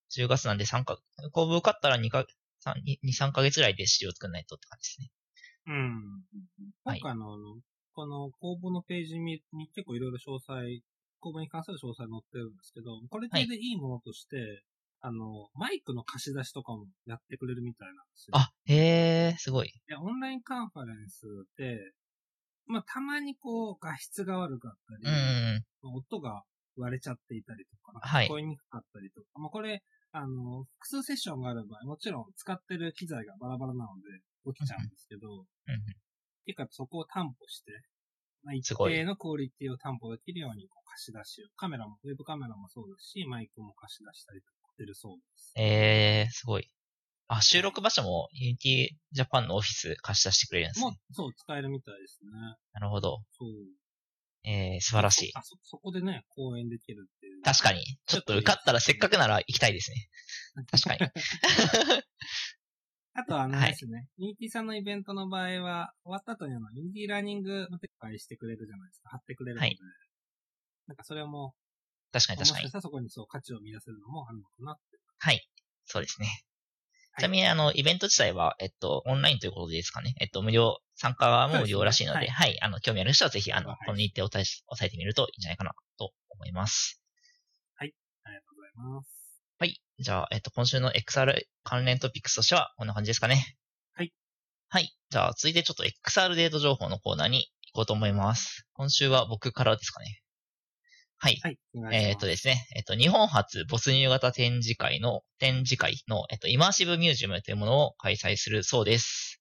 10月なんで公募受かったら2、3ヶ月ぐらいで資料作んないとって感じですね。 今回のこの公募のページに結構いろいろ詳細、公募に関する詳細載ってるんですけど、これでいいものとして、マイクの貸し出しとかもやってくれるみたいなんですよ。 あ、へー、すごい。 オンラインカンファレンスで、たまに画質が悪かったり、音が割れちゃっていたりとか、聞こえにくかったりとか、これ、複数セッションがある場合、もちろん使ってる機材がバラバラなので起きちゃうんですけど、結構そこを担保して、一定のクオリティを担保できるように貸し出しを、ウェブカメラもそうですし、マイクも貸し出したりとかしてるそうです。すごい。あ、収録場所も Unity Japan のオフィス貸し出してくれるんですね。 そう、使えるみたいですね。 なるほど。 そう。 素晴らしい。 そこでね、講演できるっていう。 確かに。ちょっと受かったらせっかくなら行きたいですね。確かに。 あとですね、Unity さんのイベントの場合は、終わった後にUnity ラーニングの展開してくれるじゃないですか。貼ってくれるので。なんかそれも、 確かに。 もしかしたらそこに価値を見出せるのもあるのかなって。 はい。そうですね。ちなみに、イベント自体は、オンラインということでですかね。無料、参加も無料らしいので、はい。興味ある人はぜひ、この日程を押さえてみるといいんじゃないかなと思います。 はい。ありがとうございます。 はい。じゃあ、今週の XR 関連トピックスとしては、こんな感じですかね。 はい。 はい。じゃあ、続いてちょっと XR デート情報のコーナーに行こうと思います。今週は僕からですかね。はい。 はい。 ですね。日本初没入型展示会の、イマーシブミュージアムというものを開催するそうです。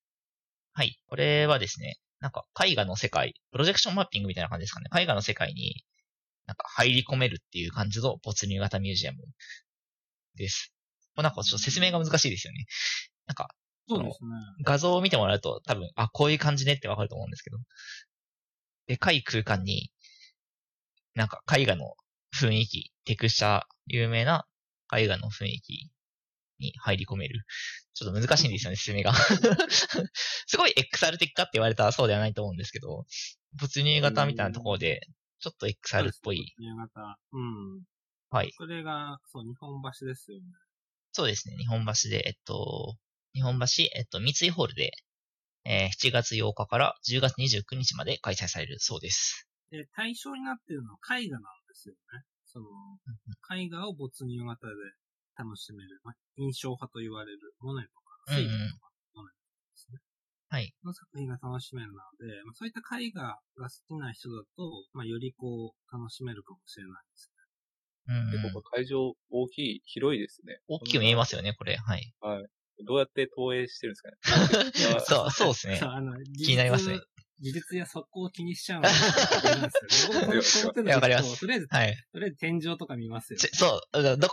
はい。これはですね、なんか絵画の世界、プロジェクションマッピングみたいな感じですかね。絵画の世界になんか入り込めるっていう感じの没入型ミュージアムです。なんかちょっと説明が難しいですよね。なんか、 そうですね。 画像を見てもらうと多分、こういう感じねってわかると思うんですけど。でかい空間に、なんか絵画の雰囲気、テクスチャー、有名な絵画の雰囲気に入り込める。ちょっと難しいんですよね、説明が。すごい XR 的かって言われたらそうではないと思うんですけど、没入型みたいなところで、ちょっと XR っぽい。 没入型。 はい。 それが、日本橋ですよね。 そうですね、日本橋で、日本橋、三井ホールで、7月8日から10月29日まで開催されるそうです。 で、対象になっているのは絵画なんですよね。絵画を没入型で楽しめる。印象派と言われるモネとか、セイとか、モネですね。 はい。 の作品が楽しめるので、そういった絵画が好きな人だと、より楽しめるかもしれないですね。で、ここ会場大きい、広いですね。 大きく見えますよね、これ。はい。 はい。どうやって投影してるんですかね。 そうですね。気になりますね。 技術や速攻を気にしちゃうんですよね。 わかります。 とりあえず天井とか見ますよ、ね。 そう。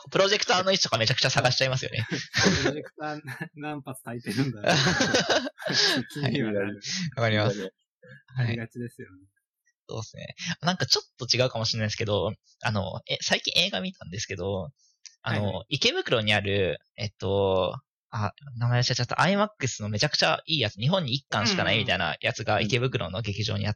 プロジェクターの位置とかめちゃくちゃ探しちゃいますよね。 プロジェクター何発焚いてるんだろう。気にはなる。 わかります。 ありがちですよね。 そうですね。なんかちょっと違うかもしれないですけど、最近映画見たんですけど、池袋にある、名前忘れちゃった。IMAX のめちゃくちゃいいやつ、日本に1巻しかないみたいなやつが池袋の劇場にあって、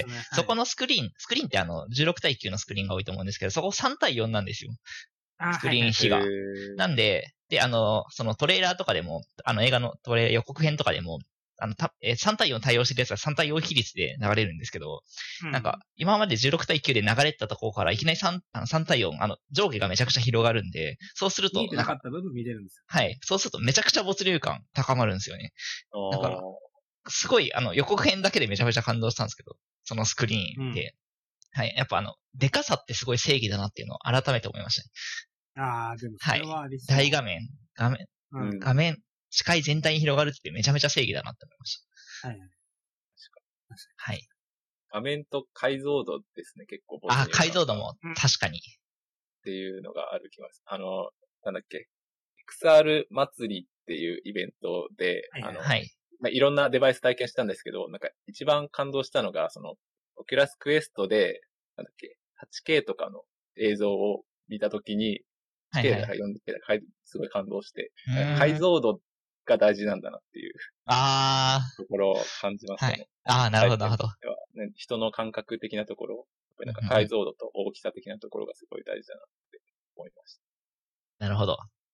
そこのスクリーンって16対9のスクリーンが多いと思うんですけど、そこ3対4なんですよ。スクリーン比が。なんで、そのトレーラーとかでも、映画の予告編とかでも、3対4対応してるやつは3対4比率で流れるんですけど、なんか、今まで16対9で流れてたところからいきなり3対4、上下がめちゃくちゃ広がるんで、そうすると、 見えてなかった部分見れるんですよ。 はい。そうするとめちゃくちゃ没入感高まるんですよね。だから、すごい、予告編だけでめちゃめちゃ感動したんですけど、そのスクリーンで。はい。やっぱでかさってすごい正義だなっていうのを改めて思いましたね。 でもそれはありそう。 大画面、画面、視界全体に広がるってめちゃめちゃ正義だなって思いました。 はい。 はい。 画面と解像度ですね、結構。 解像度も確かに。 っていうのがある気がします。なんだっけ。XR 祭りっていうイベントで、いろんなデバイス体験したんですけど、なんか一番感動したのが、オキュラスクエストで、なんだっけ、8K とかの映像を見たときに、8K で 4K ですごい感動して、解像度が大事なんだなっていうところを感じましたね。 なるほど、なるほど。 人の感覚的なところ、なんか解像度と大きさ的なところがすごい大事だなって思いました。 なるほど。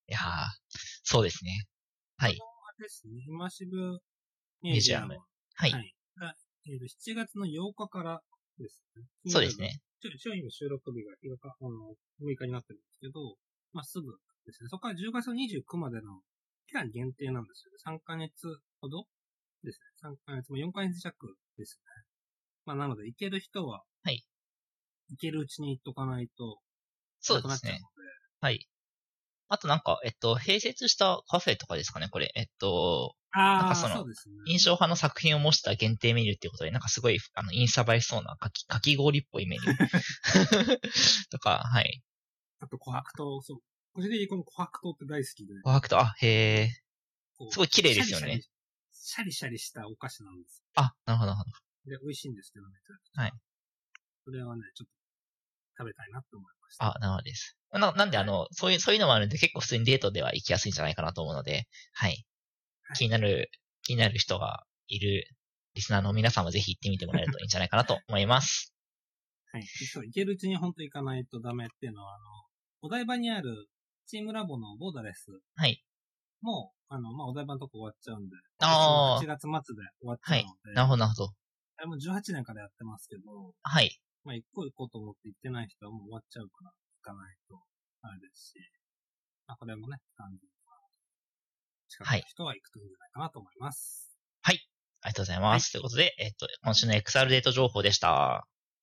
いやー、そうですね。はい。 ですね。イマーシブミュージアム。はい。 が、7月の8日からですね。 そうですね。 一応今収録日が6日になってるんですけど、まあ、すぐですね。そこから10月29までの期間限定なんですよね。3ヶ月ほどですね。3ヶ月、4ヶ月弱ですね。まあ、なので、行ける人は、 はい。 行けるうちに行っとかないと、 そうですね。はい。あとなんか、併設したカフェとかですかね、これ。なんかそうですね。 印象派の作品を模した限定メニューっていうことで、なんかすごい、インスタ映えしそうなかき氷っぽいメニューとか、はい。 あと、琥珀糖、そう。個人的にこの琥珀糖って大好きで。 琥珀糖、へー。すごい綺麗ですよね。 シャリシャリしたお菓子なんです。 あ、なるほど、なるほど。で、美味しいんですけどね。 はい。 それはね、ちょっと食べたいなって思いました。 あ、なるほどです。なんでそういうのもあるんで、結構普通にデートでは行きやすいんじゃないかなと思うので、はい。気になる人がいるリスナーの皆さんもぜひ行ってみてもらえるといいんじゃないかなと思います。 はい。そう、行けるうちに本当行かないとダメっていうのは、お台場にあるチームラボのボーダレス。 はい。 もう、お台場のとこ終わっちゃうんで。 8 月末で終わっちゃうので。はい。 なるほど、なるほど。 あれも18年からやってますけど。 はい。 まあ、行こうと思って行ってない人はもう終わっちゃうから、行かないと、あれですし。まあ、これもね、近くの人は行くといいんじゃないかなと思います。 はい。ありがとうございます。はい、ということで、今週の XR デート情報でした。はい。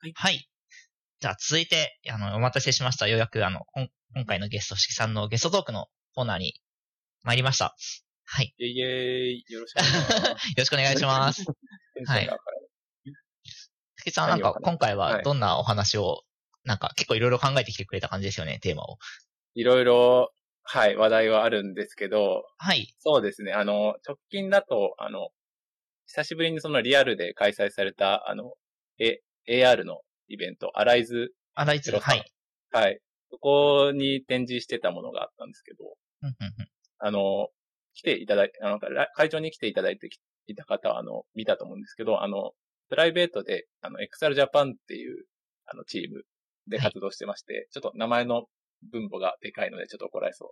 はい。じゃあ続いて、お待たせしました。ようやく、今回のゲスト、しきさんのゲストトークのコーナーに参りました。はい。 イェイよろしくお願いします。よろしくお願いします。はい。しきさん、なんか今回はどんなお話を、なんか結構いろいろ考えてきてくれた感じですよね、テーマを。 いろいろ、はい、話題はあるんですけど、 はい。 そうですね、直近だと、久しぶりにそのリアルで開催された、AR のイベント、アライズ。 はい。 はい。そこに展示してたものがあったんですけど、来ていただいて、会場に来ていただいていた方は、見たと思うんですけど、プライベートで、XR Japan っていう、チームで活動してまして、はい、ちょっと名前の分母がでかいので、ちょっと怒られそう。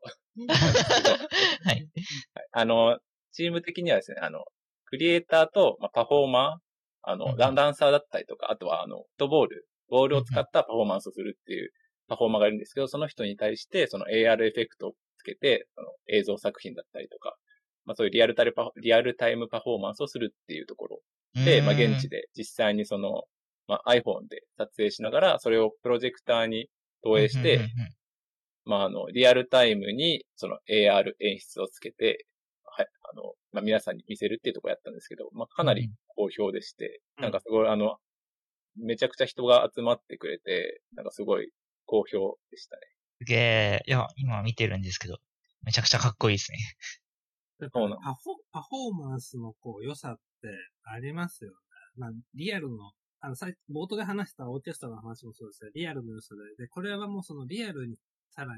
はい。 チーム的にはですね、クリエイターと、パフォーマー、ダンサーだったりとか、あとは、フットボールを使ったパフォーマンスをするっていうパフォーマーがいるんですけど、その人に対して、その AR エフェクトをつけて、映像作品だったりとか、そういうリアルタイムパフォーマンスをするっていうところで、現地で実際にその、iPhone で撮影しながら、それをプロジェクターに投影して、リアルタイムにその AR 演出をつけて、はい、皆さんに見せるっていうところやったんですけど、かなり好評でして、なんかすごいめちゃくちゃ人が集まってくれて、なんかすごい好評でしたね。 すげえ。いや、今見てるんですけど、めちゃくちゃかっこいいですね。 そうなの。パフォーマンスの良さってありますよね。リアルの、冒頭で話したオーケストラの話もそうですよ。リアルの良さで。で、これはもうそのリアルにさらに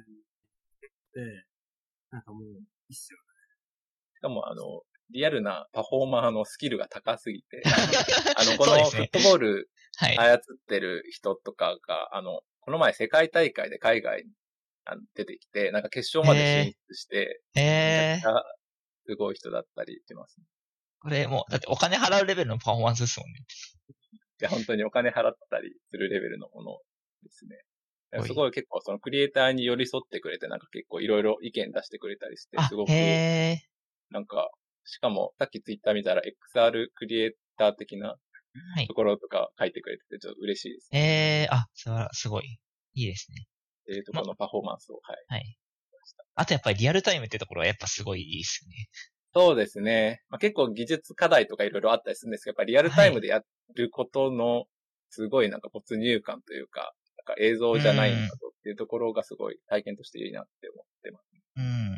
なんかもういいっすよね。 しかもリアルなパフォーマーのスキルが高すぎて、このフットボール操ってる人とかが、この前世界大会で海外に出てきて、なんか決勝まで進出して、めちゃくちゃすごい人だったりしますね。 これもう、だってお金払うレベルのパフォーマンスですもんね。 いや、本当にお金払ったりするレベルのものですね。すごい結構そのクリエイターに寄り添ってくれて、なんか結構いろいろ意見出してくれたりして、すごく、なんか、しかもさっきツイッター見たら XR クリエイター的なところとか書いてくれててちょっと嬉しいですね。すごい。いいですね。 っていうところのパフォーマンスを、 はい。あとやっぱりリアルタイムってところはやっぱすごいいいですね。 そうですね。結構技術課題とかいろいろあったりするんですけど、やっぱりリアルタイムでやることのすごいなんか没入感というか、なんか映像じゃないんだとっていうところがすごい体験としていいなって思ってます。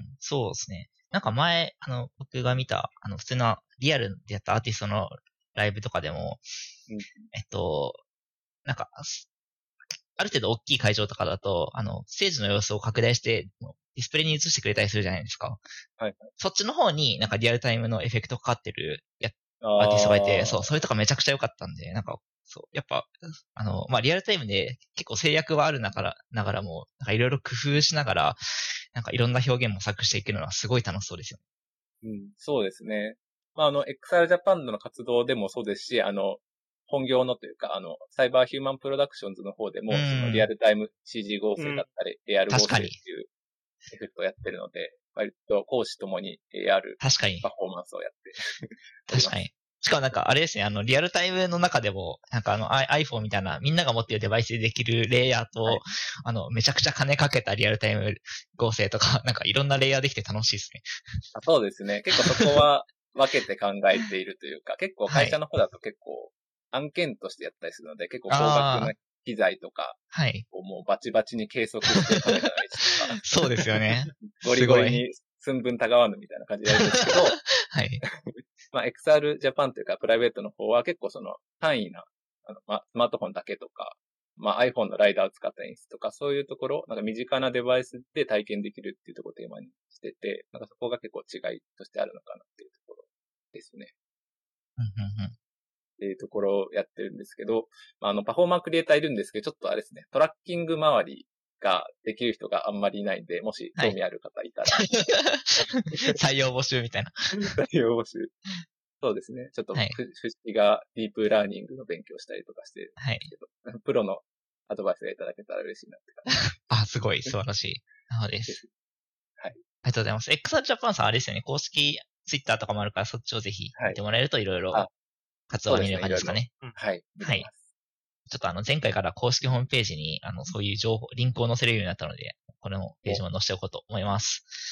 そうですね。なんか前、僕が見た、普通のリアルでやったアーティストのライブとかでも、なんか、ある程度大きい会場とかだと、ステージの様子を拡大して、ディスプレイに映してくれたりするじゃないですか。 はい。 そっちの方になんかリアルタイムのエフェクトかかってるアーティストがいて、それとかめちゃくちゃ良かったんで、なんか、 そう。やっぱ、リアルタイムで結構制約はあるながらも、なんかいろいろ工夫しながら、なんかいろんな表現も作していけるのはすごい楽しそうですよね。うん、そうですね。XR Japan の活動でもそうですし、本業のというか、サイバーヒューマンプロダクションズの方でも、そのリアルタイム CG 合成だったり、AR 合成っていうエフェクトをやってるので、割と講師ともに AR パフォーマンスをやって確かに。しかもなんかあれですね、リアルタイムの中でも、なんかiPhone みたいなみんなが持っているデバイスでできるレイヤーと、はい、めちゃくちゃ金かけたリアルタイム合成とか、なんかいろんなレイヤーできて楽しいですね。 そうですね。結構そこは分けて考えているというか、結構会社の方だと結構案件としてやったりするので、結構高額な機材とか、 はい。 もうバチバチに計測してカメラの位置とか。 そうですよね。 ゴリゴリに寸分たがわぬみたいな感じでやるんですけど、 はい。 XR Japan というか、プライベートの方は結構その簡易な、スマートフォンだけとか、iPhone のライダーを使った演出とか、そういうところ、なんか身近なデバイスで体験できるっていうところをテーマにしてて、なんかそこが結構違いとしてあるのかなっていうところですね。っていうところをやってるんですけど、パフォーマークリエイターいるんですけど、ちょっとあれですね、トラッキング周りができる人があんまりいないんで、もし興味ある方いたら。はい、 採用募集みたいな。 採用募集。そうですね。ちょっと、不思議がディープラーニングの勉強したりとかしてるんですけど、はい、プロのアドバイスがいただけたら嬉しいなって感じ。 あ、すごい、素晴らしい。なのです。はい。ありがとうございます。XR Japan さんあれですよね、公式ツイッターとかもあるから、そっちをぜひ見てもらえるといろいろ活動が見れる感じですかね。 はい。 はい。ちょっと前回から公式ホームページに、そういう情報、リンクを載せれるようになったので、このページも載せておこうと思います。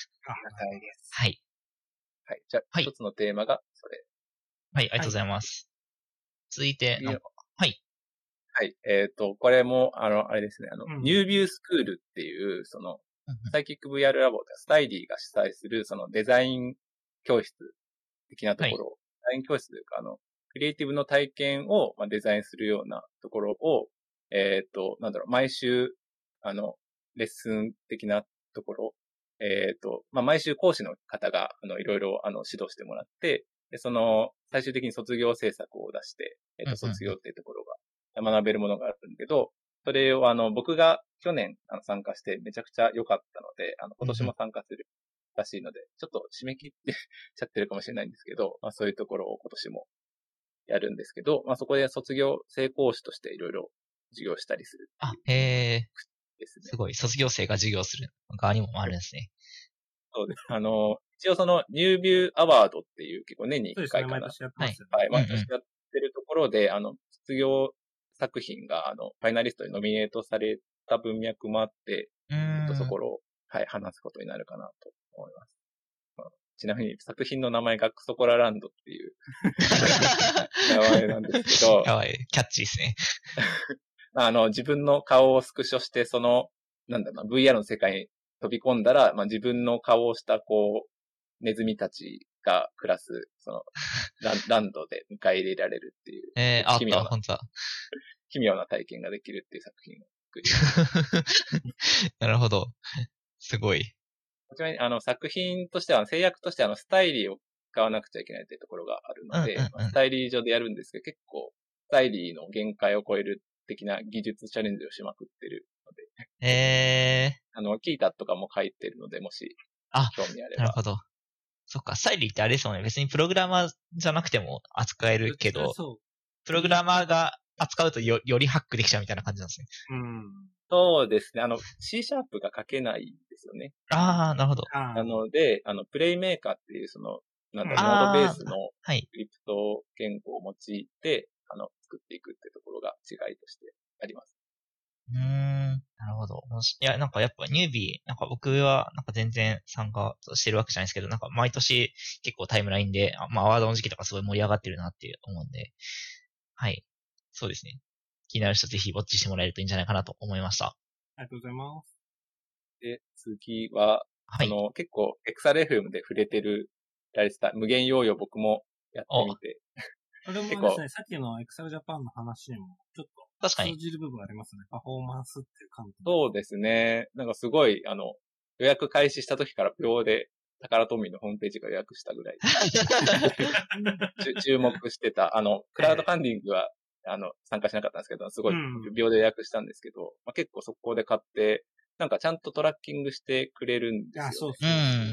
ありがたいです。 はい。 はい。じゃあ、一つのテーマがそれ。 はい、ありがとうございます。続いて、はい。 はい。これも、あれですね、ニュービュースクールっていう、サイキック VR ラボでスタイリーが主催する、デザイン教室的なところ、デザイン教室というか、クリエイティブの体験をデザインするようなところを、毎週、レッスン的なところ、毎週講師の方が、いろいろ、指導してもらって、で、最終的に卒業制作を出して、卒業っていうところが学べるものがあるんだけど、それを僕が去年参加してめちゃくちゃ良かったので、今年も参加するらしいので、ちょっと締め切ってちゃってるかもしれないんですけど、そういうところを今年もやるんですけど、そこで卒業成講師としていろいろ授業したりする。 あ、へえ。ですね。すごい。卒業生が授業する側にもあるんですね。 そうです。一応ニュービューアワードっていう結構年に1回かな。 毎年やってますよね。はい。毎年やってるところで、卒業作品が、ファイナリストにノミネートされた文脈もあって、そこを、はい、話すことになるかなと思います。ちなみに作品の名前がクソコラランドっていう名前なんですけど。 かわいい。キャッチーですね。 自分の顔をスクショして、VR の世界に飛び込んだら、自分の顔をした、ネズミたちが暮らす、ランドで迎え入れられるっていう。奇妙な体験ができるっていう作品を作ります。 なるほど。すごい。 ちなみに、作品としては、制約としては、スタイリーを使わなくちゃいけないっていうところがあるので、スタイリー上でやるんですけど、結構、スタイリーの限界を超える的な技術チャレンジをしまくってるので。キータとかも書いてるので、もし、興味あれば。 なるほど。そっか、スタイリーってあれですもんね。別にプログラマーじゃなくても扱えるけど、プログラマーが扱うとよりハックできちゃうみたいな感じなんですね。 そうですね。C# が書けないですよね。 ああ、なるほど。 なので、プレイメーカーっていうノードベースのクリプト言語を用いて、作っていくってところが違いとしてあります。 なるほど。いや、なんかやっぱニュービー、なんか僕はなんか全然参加してるわけじゃないですけど、なんか毎年結構タイムラインで、アワードの時期とかすごい盛り上がってるなって思うんで、はい。そうですね。気になる人ぜひウォッチしてもらえるといいんじゃないかなと思いました。 ありがとうございます。 で、次は、結構 XRFM で触れてるられてた無限ヨーヨー僕もやってみて。 これもですね、さっきの XR Japan の話にもちょっと通じる部分ありますね。パフォーマンスっていう観点。 そうですね。なんかすごい、予約開始した時から秒で、タカラトミーのホームページが予約したぐらい。注目してた。クラウドファンディングは、 参加しなかったんですけど、すごい秒で予約したんですけど、まあ、結構速攻で買って、なんかちゃんとトラッキングしてくれるんですよ、ね。 そうそう。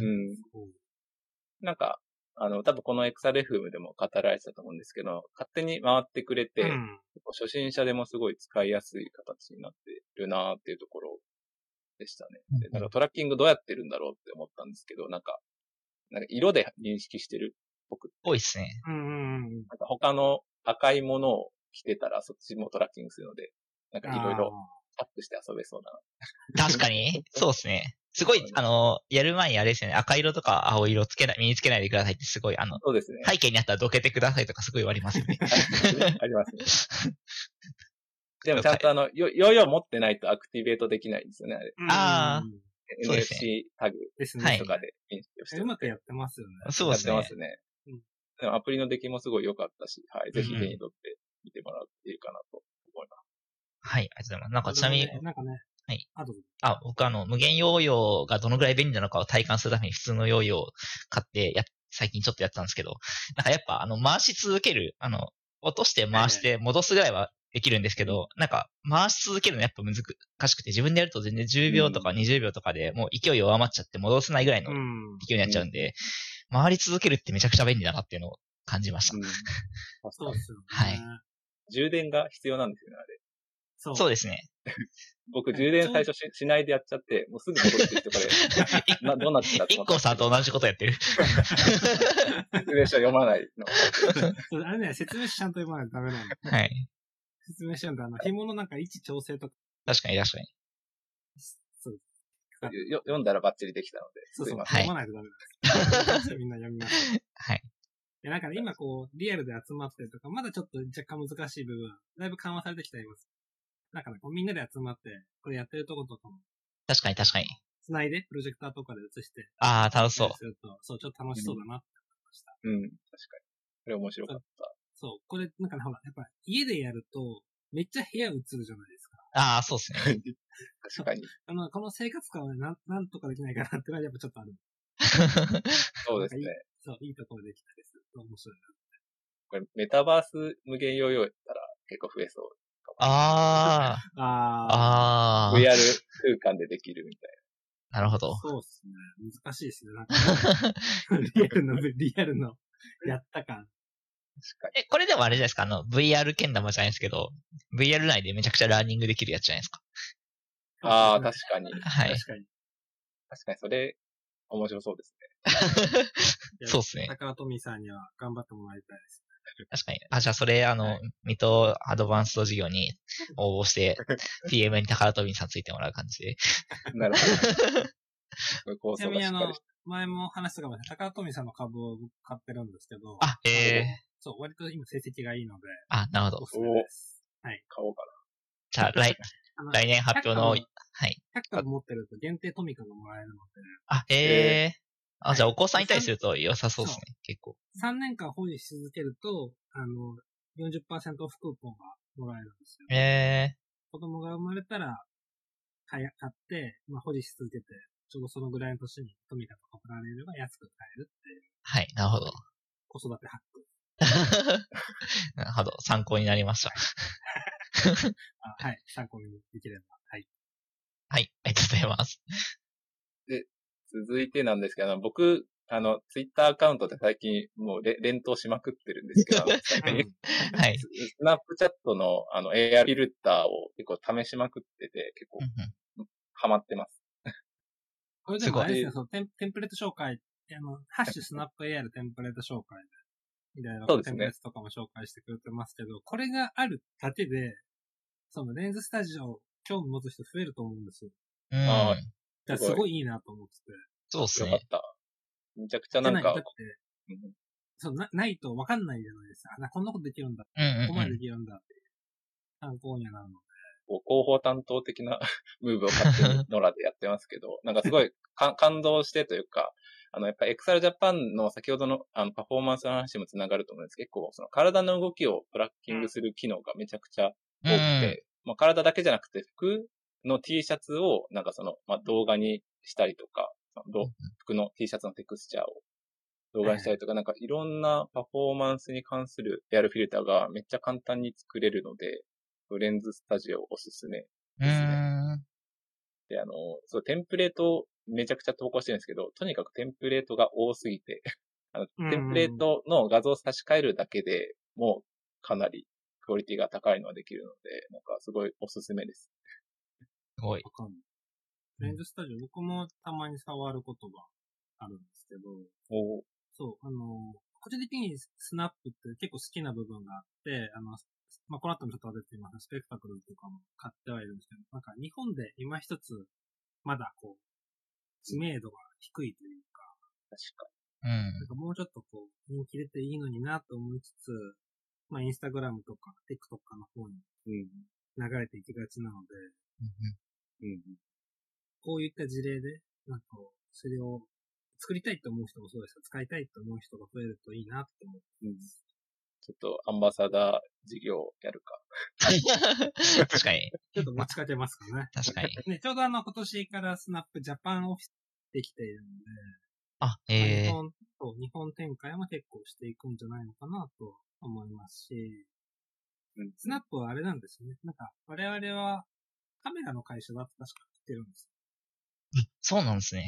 なんか、多分この XRFM でも語られてたと思うんですけど、勝手に回ってくれて、初心者でもすごい使いやすい形になってるなーっていうところでしたね。でなんかトラッキングどうやってるんだろうって思ったんですけど、なんか色で認識してるっぽくて。 多いですね。 なんか他の赤いものを着てたらそっちもトラッキングするので、なんかいろいろタップして遊べそうだな。確かに。そうですね。すごい、やる前にあれですよね、赤色とか青色身につけないでくださいってすごい、 そうですね。 背景にあったらどけてくださいとかすごい言われますよね。 ありますね。でもちゃんとヨーヨー持ってないとアクティベートできないんですよね、あれ。 ああ。 NFC タグとかで認識をしてうまくやってますよね。 そうですね。 やってますね。でもアプリの出来もすごい良かったし、はい。ぜひ手に取って見てもらっていいかなと思います。 はい、ありがとうございます。なんかちなみに、 なんかね。 はい。 僕無限ヨーヨーがどのくらい便利なのかを体感するために普通のヨーヨーを買って最近ちょっとやってたんですけど、なんかやっぱ回し続ける、落として回して戻すぐらいはできるんですけど、なんか回し続けるのやっぱ難しくて、自分でやると全然10秒とか20秒とかでもう勢い弱まっちゃって戻せないぐらいの勢いになっちゃうんで、回り続けるってめちゃくちゃ便利だなっていうのを感じました。 そうですよね。 はい。 充電が必要なんですよね、あれ。 そうですね。 僕、充電最初しないでやっちゃって、もうすぐ戻ってきてからどうなってたって。 一個さんと同じことやってる。 説明書読まないの。あれね、説明書ちゃんと読まないとダメなの。 はい。 説明書なんだ。紐のなんか位置調整とか。 確かに。 そう。 読んだらバッチリできたので。 そう。読まないとダメです。みんな読みます。 はい。 なんかね、今リアルで集まってとか、まだちょっと若干難しい部分、だいぶ緩和されてきています。なんかね、みんなで集まって、これやってるとことかも。 確かに。 繋いで、プロジェクターとかで映して。 ああ、楽しそう。 そう、ちょっと楽しそうだなって思いました。 確かに。これ面白かった。 そう、これ、なんかね、ほら、やっぱ家でやると、めっちゃ部屋映るじゃないですか。 ああ、そうですね。 確かに。 この生活感はね、なんとかできないかなってのはやっぱちょっとある。 そうですね。 そう、いいところできたりすると面白いな。 これ、メタバース無限ヨーヨーやったら結構増えそう。 ああ。 VR 空間でできるみたいな。なるほど。 そうですね。難しいですね。なんかリアルのやった感。 確かに。 これでもあれじゃないですか、VR けん玉じゃないですけど、VR 内でめちゃくちゃラーニングできるやつじゃないですか。 ああ、確かに。 はい。 確かに、 それ、面白そうですね。そうですね。 高富さんには頑張ってもらいたいです。 確かに。じゃあそれ、水戸アドバンスト事業に応募して、PM に高富さんついてもらう感じで。 なるほど。 ちなみに前も話したかもしれない。高富さんの株を買ってるんですけど。そう、割と今成績がいいので。 なるほど。 はい。 買おうかな。 じゃあ、来年発表の、はい。 100株持ってると限定トミカがもらえるので。じゃあお子さんいたりすると良さそうですね、結構。 3年間保持し続けると、40% オフクーポンがもらえるんですよ。子供が生まれたら、買って、保持し続けて、ちょうどそのぐらいの年にトミカとかプラレールが安く買えるっていう。 はい、なるほど。 子育てハック。 なるほど、参考になりました。 はい、参考にできれば。はい。 はい、ありがとうございます。 で、続いてなんですけど、僕、ツイッターアカウントで最近もう連投しまくってるんですけど、はい。スナップチャットのAR フィルターを結構試しまくってて、結構、ハマってます。 これでもあれですね、テンプレート紹介、ハッシュスナップ AR テンプレート紹介で、いろいろテンプレートとかも紹介してくれてますけど、これがあるだけで、そのレンズスタジオ興味持つ人増えると思うんですよ。すごいいいなと思ってて。 そうっすね。 よかった。めちゃくちゃなんか。 だって、ないと分かんないじゃないですか。こんなことできるんだ。ここまでできるんだっていう参考にはなるので。 広報担当的なムーブを勝手にノラでやってますけど、なんかすごい感動してというか、やっぱ XR Japan の先ほどのパフォーマンスの話にもつながると思うんですけど、結構その体の動きをトラッキングする機能がめちゃくちゃ多くて、体だけじゃなくて服の T シャツをなんか動画にしたりとか、服の T シャツのテクスチャーを動画にしたりとか、なんかいろんなパフォーマンスに関する AR フィルターがめっちゃ簡単に作れるので、レンズスタジオおすすめですね。で、そう、テンプレートめちゃくちゃ投稿してるんですけど、とにかくテンプレートが多すぎて、テンプレートの画像を差し替えるだけでもうかなりクオリティが高いのができるので、なんかすごいおすすめです。 すごい。 レンズスタジオ、僕もたまに触ることがあるんですけど、そう、個人的にスナップって結構好きな部分があって、まあ、この後もちょっと出てますスペクタクルとかも買ってはいるんですけど、なんか日本で今一つ、まだこう、知名度が低いというか、 確かに。 なんかもうちょっとこう、人気出ていいのになと思いつつ、まあ、インスタグラムとか、TikTok の方に流れていきがちなので、こういった事例で、なんか、それを作りたいと思う人もそうですが、使いたいと思う人が増えるといいなって思ってます。 ちょっとアンバサダー事業やるか。 確かに。 ちょっと持ちかけますかね。 確かに。 ね、ちょうど今年からスナップジャパンオフィスできているので、日本展開も結構していくんじゃないのかなと思いますし、スナップはあれなんですよね。なんか、我々はカメラの会社だと確か言ってるんですよ。そうなんですね。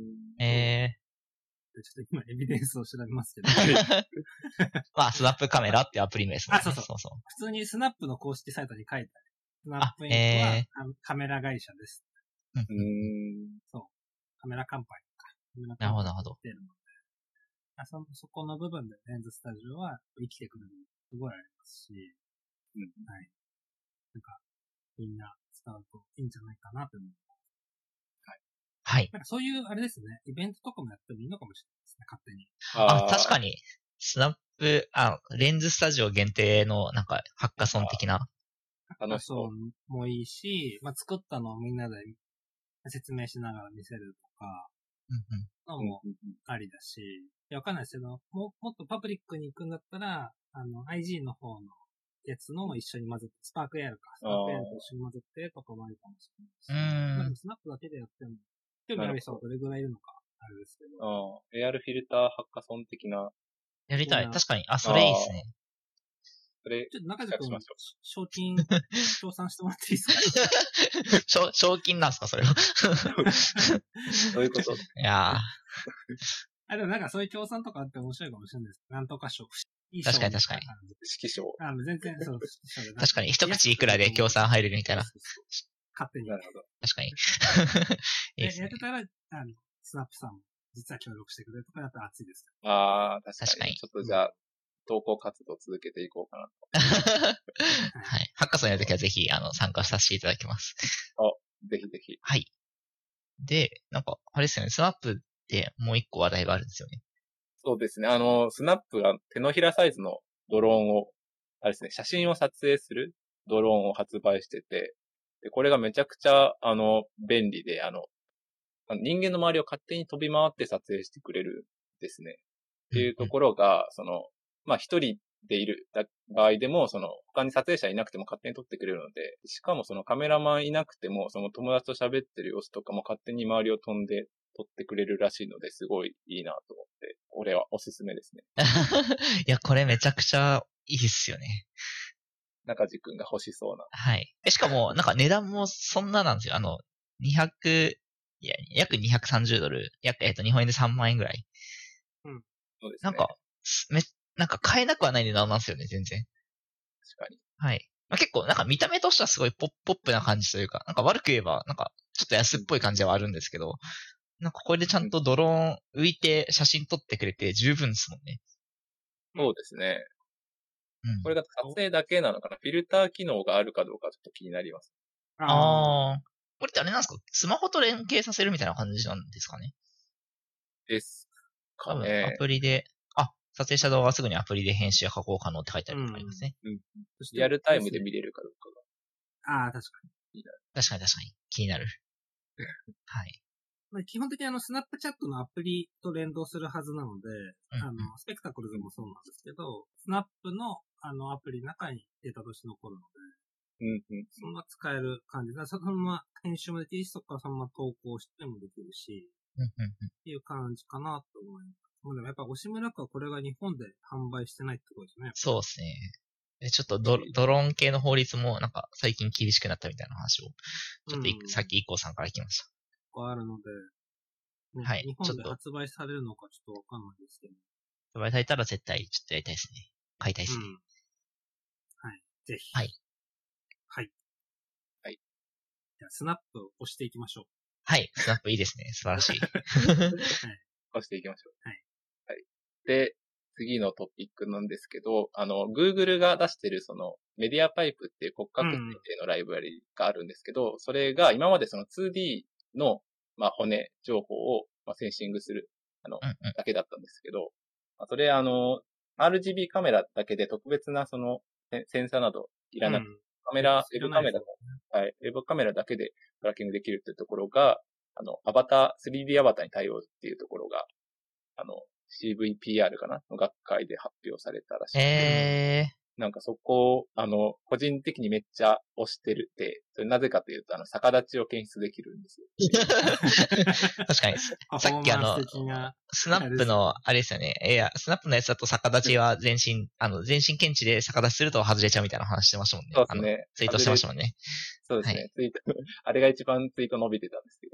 ちょっと今エビデンスを調べますけど。 まあ、スナップカメラっていうアプリ名ですね。 そう。普通にスナップの公式サイトに書いてある。スナップインクはカメラ会社です。そう。カメラカンパニーか。 なるほど、なるほど。 そこの部分でレンズスタジオは生きてくるのすごいありますし、はい。なんか、みんな使うといいんじゃないかなと思います。 はい。 なんかそういう、あれですね、イベントとかもやってもいいのかもしれないですね、勝手に。 確かに。スナップ、レンズスタジオ限定の、なんか、ハッカソン的な。 ハッカソンもいいし、まあ、作ったのをみんなで説明しながら見せるとか、のもありだし、わかんないですけど、もっとパブリックに行くんだったら、IG の方のやつの一緒に混ぜて、スパークエアルか。スパークエアルと一緒に混ぜてとかもあるかもしれないし。まあ、スナップだけでやっても、興味ある人はどれぐらいいるのか、あれですけど。 AR フィルターハッカソン的な。 やりたい。確かに。それいいですね。 それ、 ちょっと中地君、賞金、協賛してもらっていいですか賞金なんすかそれは。 どういうこといやでもなんかそういう協賛とかあって面白いかもしれないです。なんとか賞。 確かに。 指揮賞。 全然、そう、 確かに。一口いくらで協賛入れるみたいな。 勝手に。 なるほど。 確かに。 やってたら、スナップさんも実は協力してくれるとかだったら熱いです。 確かに。ちょっとじゃあ、投稿活動続けていこうかなと。 はい。ハッカソンやるときはぜひ、参加させていただきます。 ぜひぜひ。 はい。で、なんか、あれですよね、スナップってもう一個話題があるんですよね。 そうですね。スナップが手のひらサイズのドローンを、あれですね、写真を撮影するドローンを発売してて、で、これがめちゃくちゃ、便利で、人間の周りを勝手に飛び回って撮影してくれるんですね。っていうところが、まあ、一人でいる場合でも、他に撮影者いなくても勝手に撮ってくれるので、しかもカメラマンいなくても、友達と喋ってる様子とかも勝手に周りを飛んで撮ってくれるらしいので、すごいいいなと思って、俺はおすすめですね。 いや、これめちゃくちゃいいっすよね。 中地くんが欲しそうな。 はい。しかも、なんか値段もそんななんですよ。約230ドル。日本円で3万円ぐらい。 そうですね。 なんか買えなくはない値段なんですよね、全然。 確かに。 はい。まあ、結構、なんか見た目としてはすごいポップな感じというか、なんか悪く言えば、なんか、ちょっと安っぽい感じではあるんですけど、なんかこれでちゃんとドローン浮いて写真撮ってくれて十分ですもんね。 そうですね。これが撮影だけなのかな、フィルター機能があるかどうかちょっと気になります。 これってあれなんですか、スマホと連携させるみたいな感じなんですかね。 ですかね。 多分アプリで、撮影した動画はすぐにアプリで編集や加工可能って書いてありますね。 リアルタイムで見れるかどうかが。確かに。 確かに。気になる。はい。 基本的にスナップチャットのアプリと連動するはずなので、スペクタクルズもそうなんですけど、スナップのアプリの中にデータとして残るので、そのまま使える感じで、そのまま編集もできるし、そこからそのまま投稿してもできるし、っていう感じかなと思いますまあでもやっぱ押村区はこれが日本で販売してないってことですね。 そうですね。ちょっとドローン系の法律もなんか最近厳しくなったみたいな話を、ちょっとさっきイコさんから聞きました。 あるので、ね、はい。日本で発売されるのかちょっとわかんないですけど。 発売されたら絶対ちょっとやりたいですね。買いたいですね。 はい。ぜひ。 はい。 はい。はい。じゃあ、スナップを押していきましょう。 はい。スナップいいですね。素晴らしい。はい。 押していきましょう。はい。はい。で、次のトピックなんですけど、Google が出してるそのメディアパイプっていう骨格設定のライブラリがあるんですけど、それが今までその 2D の、まあ、骨情報を、まあ、センシングする、だけだったんですけど、それRGB カメラだけで特別なそのセンサーなどいらなくて、ウェブカメラ、はい、ウェブカメラだけでトラッキングできるっていうところが、3D アバターに対応っていうところが、CVPR かなの学会で発表されたらしくて、なんかそこを、個人的にめっちゃ推してるって、それなぜかというと、逆立ちを検出できるんですよ。 確かに。さっきスナップの、あれですよね。スナップのやつだと逆立ちは全身検知で逆立ちすると外れちゃうみたいな話してましたもんね。 そうですね。 ツイートしてましたもんね。 そうですね。はい、ツイート、あれが一番ツイート伸びてたんですけ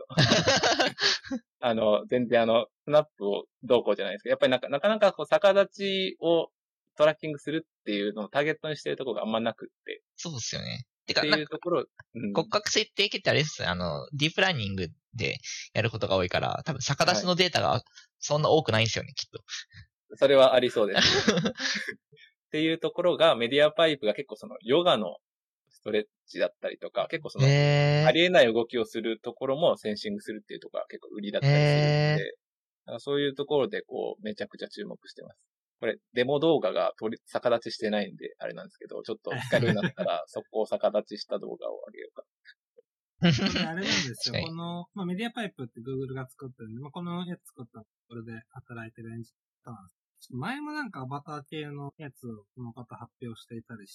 ど。全然スナップをどうこうじゃないですけど、やっぱりなかなかこう逆立ちをトラッキングするっていうのをターゲットにしてるところがあんまなくって。 そうですよね。 てか、っていうところ、 骨格設定系ってあれですディープラーニングでやることが多いから、多分逆立ちのデータがそんな多くないんですよね、きっと。 それはありそうです、ね。っていうところが、メディアパイプが結構そのヨガのストレッチだったりとか、結構その、ありえない動きをするところもセンシングするっていうところが結構売りだったりするので、そういうところでこう、めちゃくちゃ注目してます。これ、デモ動画が逆立ちしてないんで、あれなんですけど、ちょっと使えるようになったら、速攻逆立ちした動画を上げようか。 これあれなんですよ。この、まあ、メディアパイプって Google が作ってるんで、まあ、このやつ作った、これで働いてるエンジニアなんです。前もなんかアバター系のやつをこの方発表していたりして、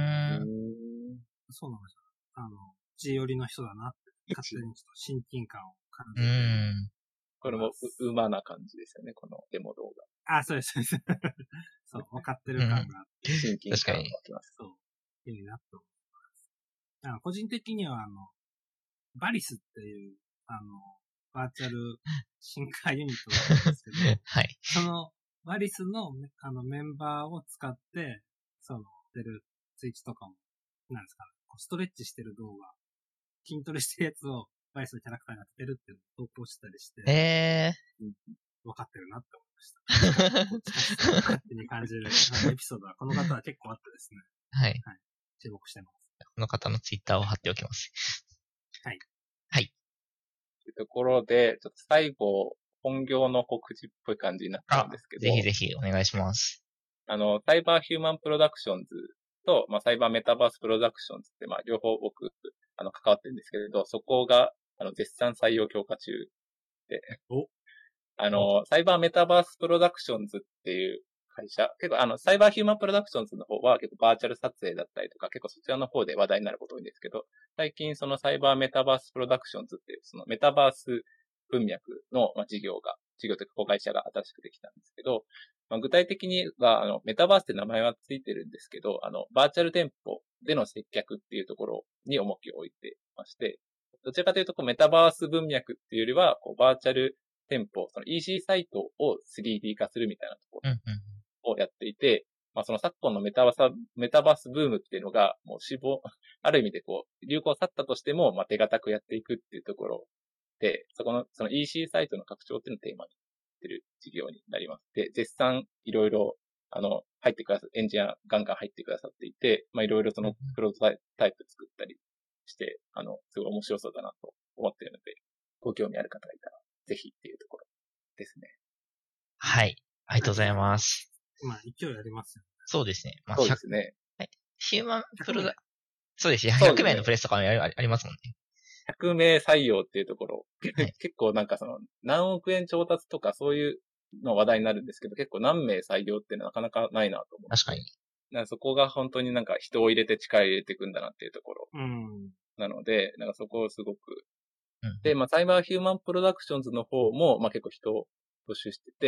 そうなんですよ。G 寄りの人だなって、勝手にちょっと親近感を感じて。 これも馬な感じですよね、このデモ動画。あ、そうです、そうです。そう、分かってる感があって。 親近感がきます。 そう。いいなと思います。個人的にはバリスっていう、バーチャル進化ユニットなんですけど、 はい。 その、バリスの、メンバーを使って、出るツイートとかも、なんですかね、ストレッチしてる動画、筋トレしてるやつを、バリスのキャラクターに当ててるっていうのを投稿したりして、分かってるなって思いました。勝手に感じるエピソードは、この方は結構あってですね。 はい。 はい。注目してます。 この方のツイッターを貼っておきます。 はい。 はい。 というところで、ちょっと最後、本業の告知っぽい感じになっちゃうんですけど。 ぜひぜひお願いします。 サイバーヒューマンプロダクションズと、まあ、サイバーメタバースプロダクションズって、まあ、両方僕、関わってるんですけれど、そこが、絶賛採用強化中で、サイバーメタバースプロダクションズっていう会社、結構サイバーヒューマンプロダクションズの方は結構バーチャル撮影だったりとか、結構そちらの方で話題になること多いんですけど、最近そのサイバーメタバースプロダクションズっていう、そのメタバース文脈の、まあ、事業というか子会社が新しくできたんですけど、まあ、具体的には、メタバースって名前はついてるんですけど、バーチャル店舗での接客っていうところに重きを置いてまして、どちらかというと、メタバース文脈っていうよりは、バーチャル店舗、その EC サイトを 3D 化するみたいなところをやっていて、まあその昨今のメタバースブームっていうのが、もうある意味で流行去ったとしても、まあ手堅くやっていくっていうところで、その EC サイトの拡張っていうのをテーマにしてる事業になります。で、絶賛いろいろ、入ってくださエンジニアガンガン入ってくださっていて、まあいろいろそのプロトタイプ作ったりして、すごい面白そうだなと思っているので、ご興味ある方がいたら、ぜひっていうところですね。 はい。ありがとうございます。 まあ、勢いありますよね。 そうですね。まあ、 そうですね。 はい。ヒューマンプロダ、そうですね。100名のプレスとかもありますもんね。 100名採用っていうところ、はい、結構なんか何億円調達とかそういうの話題になるんですけど、結構何名採用ってなかなかないなと思って。 確かに。 そこが本当になんか人を入れて力入れていくんだなっていうところ。なので、なんかそこをすごく。で、まあ、サイバーヒューマンプロダクションズの方も、まあ結構人を募集してて、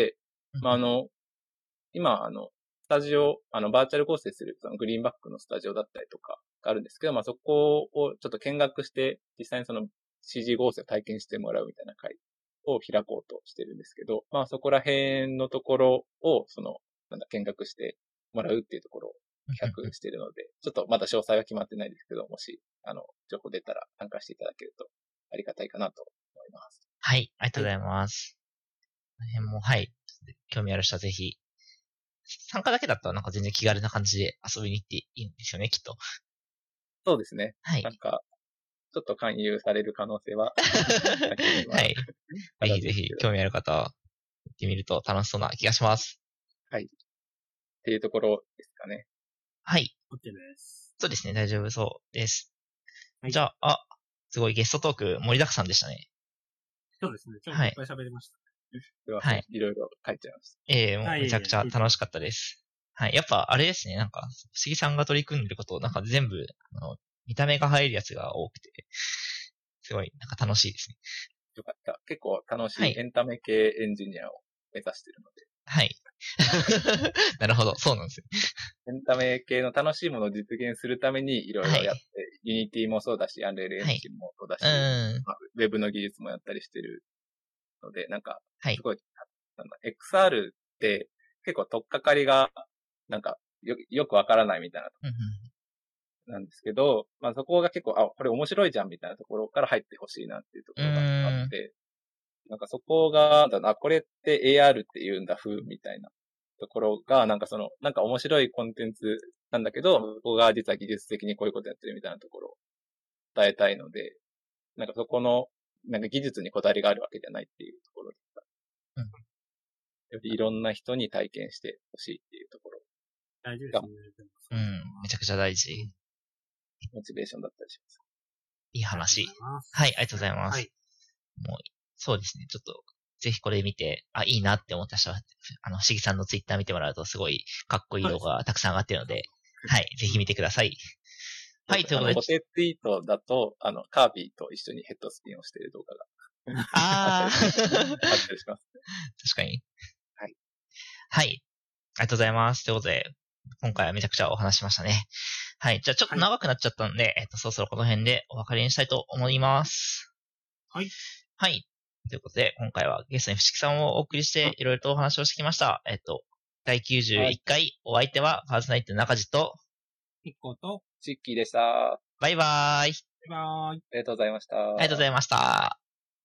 まあ、今、スタジオ、バーチャル構成する、グリーンバックのスタジオだったりとかがあるんですけど、まあ、そこをちょっと見学して、実際にその CG 合成を体験してもらうみたいな会を開こうとしてるんですけど、まあ、そこら辺のところを、見学してもらうっていうところを企画してるので、ちょっとまだ詳細は決まってないですけど、もし、情報出たら参加していただけるとありがたいかなと思います。 はい、ありがとうございます。この辺も、はい、興味ある人はぜひ、参加だけだったらなんか全然気軽な感じで遊びに行っていいんですよね、きっと。 そうですね。 はい。 なんか、ちょっと勧誘される可能性は。 はい。ぜひぜひ、興味ある方は、行ってみると楽しそうな気がします。 はい。っていうところですかね。 はい。 OK です。 そうですね、大丈夫そうです。はい、じゃあ、すごいゲストトーク盛りだくさんでしたね。 そうですね。今日もいっぱい喋りましたね。 はい。いろいろ書いちゃいました。 もうめちゃくちゃ楽しかったです。はい。やっぱあれですね、なんか、不思議さんが取り組んでることをなんか全部、見た目が入るやつが多くて、すごい、なんか楽しいですね。 よかった。結構楽しいエンタメ系エンジニアを目指してるので。 はい。なるほど。そうなんですよ。 エンタメ系の楽しいものを実現するためにいろいろやって、ユニティもそうだし、アンレールエンジンもそうだし、ウェブの技術もやったりしてるので、なんか、すごい、XR って結構取っかかりが、なんか、よくわからないみたいな。なんですけど、まあそこが結構、これ面白いじゃんみたいなところから入ってほしいなっていうところがあって、なんかそこが、これって AR って言うんだ風みたいなところが、なんかなんか面白いコンテンツなんだけど、ここが実は技術的にこういうことやってるみたいなところを伝えたいので、なんかそこの、なんか技術にこだわりがあるわけじゃないっていうところです。よりいろんな人に体験してほしいっていうところ。 大事ですね。 めちゃくちゃ大事。 モチベーションだったりします。 いい話。はい、ありがとうございます。はい。もう、そうですね。ちょっと、ぜひこれ見て、いいなって思った人は、不思議さんのツイッター見てもらうとすごいかっこいい動画がたくさん上がってるので、はい、ぜひ見てください。はい、ということで。 固定ツイートだと、カービィと一緒にヘッドスピンをしている動画が。あったりします。 確かに。 はい。 はい。ありがとうございます。ということで、今回はめちゃくちゃお話しましたね。はい。じゃあちょっと長くなっちゃったんで、そろそろこの辺でお別れにしたいと思います。 はい。 はい。ということで、今回はゲストに伏木さんをお送りして、いろいろとお話をしてきました。第91回、お相手はパーソナリティの中地と、 ヒッコと、 チッキーでした。 バイバーイ。 バイバーイ。 ありがとうございました。 ありがとうございました。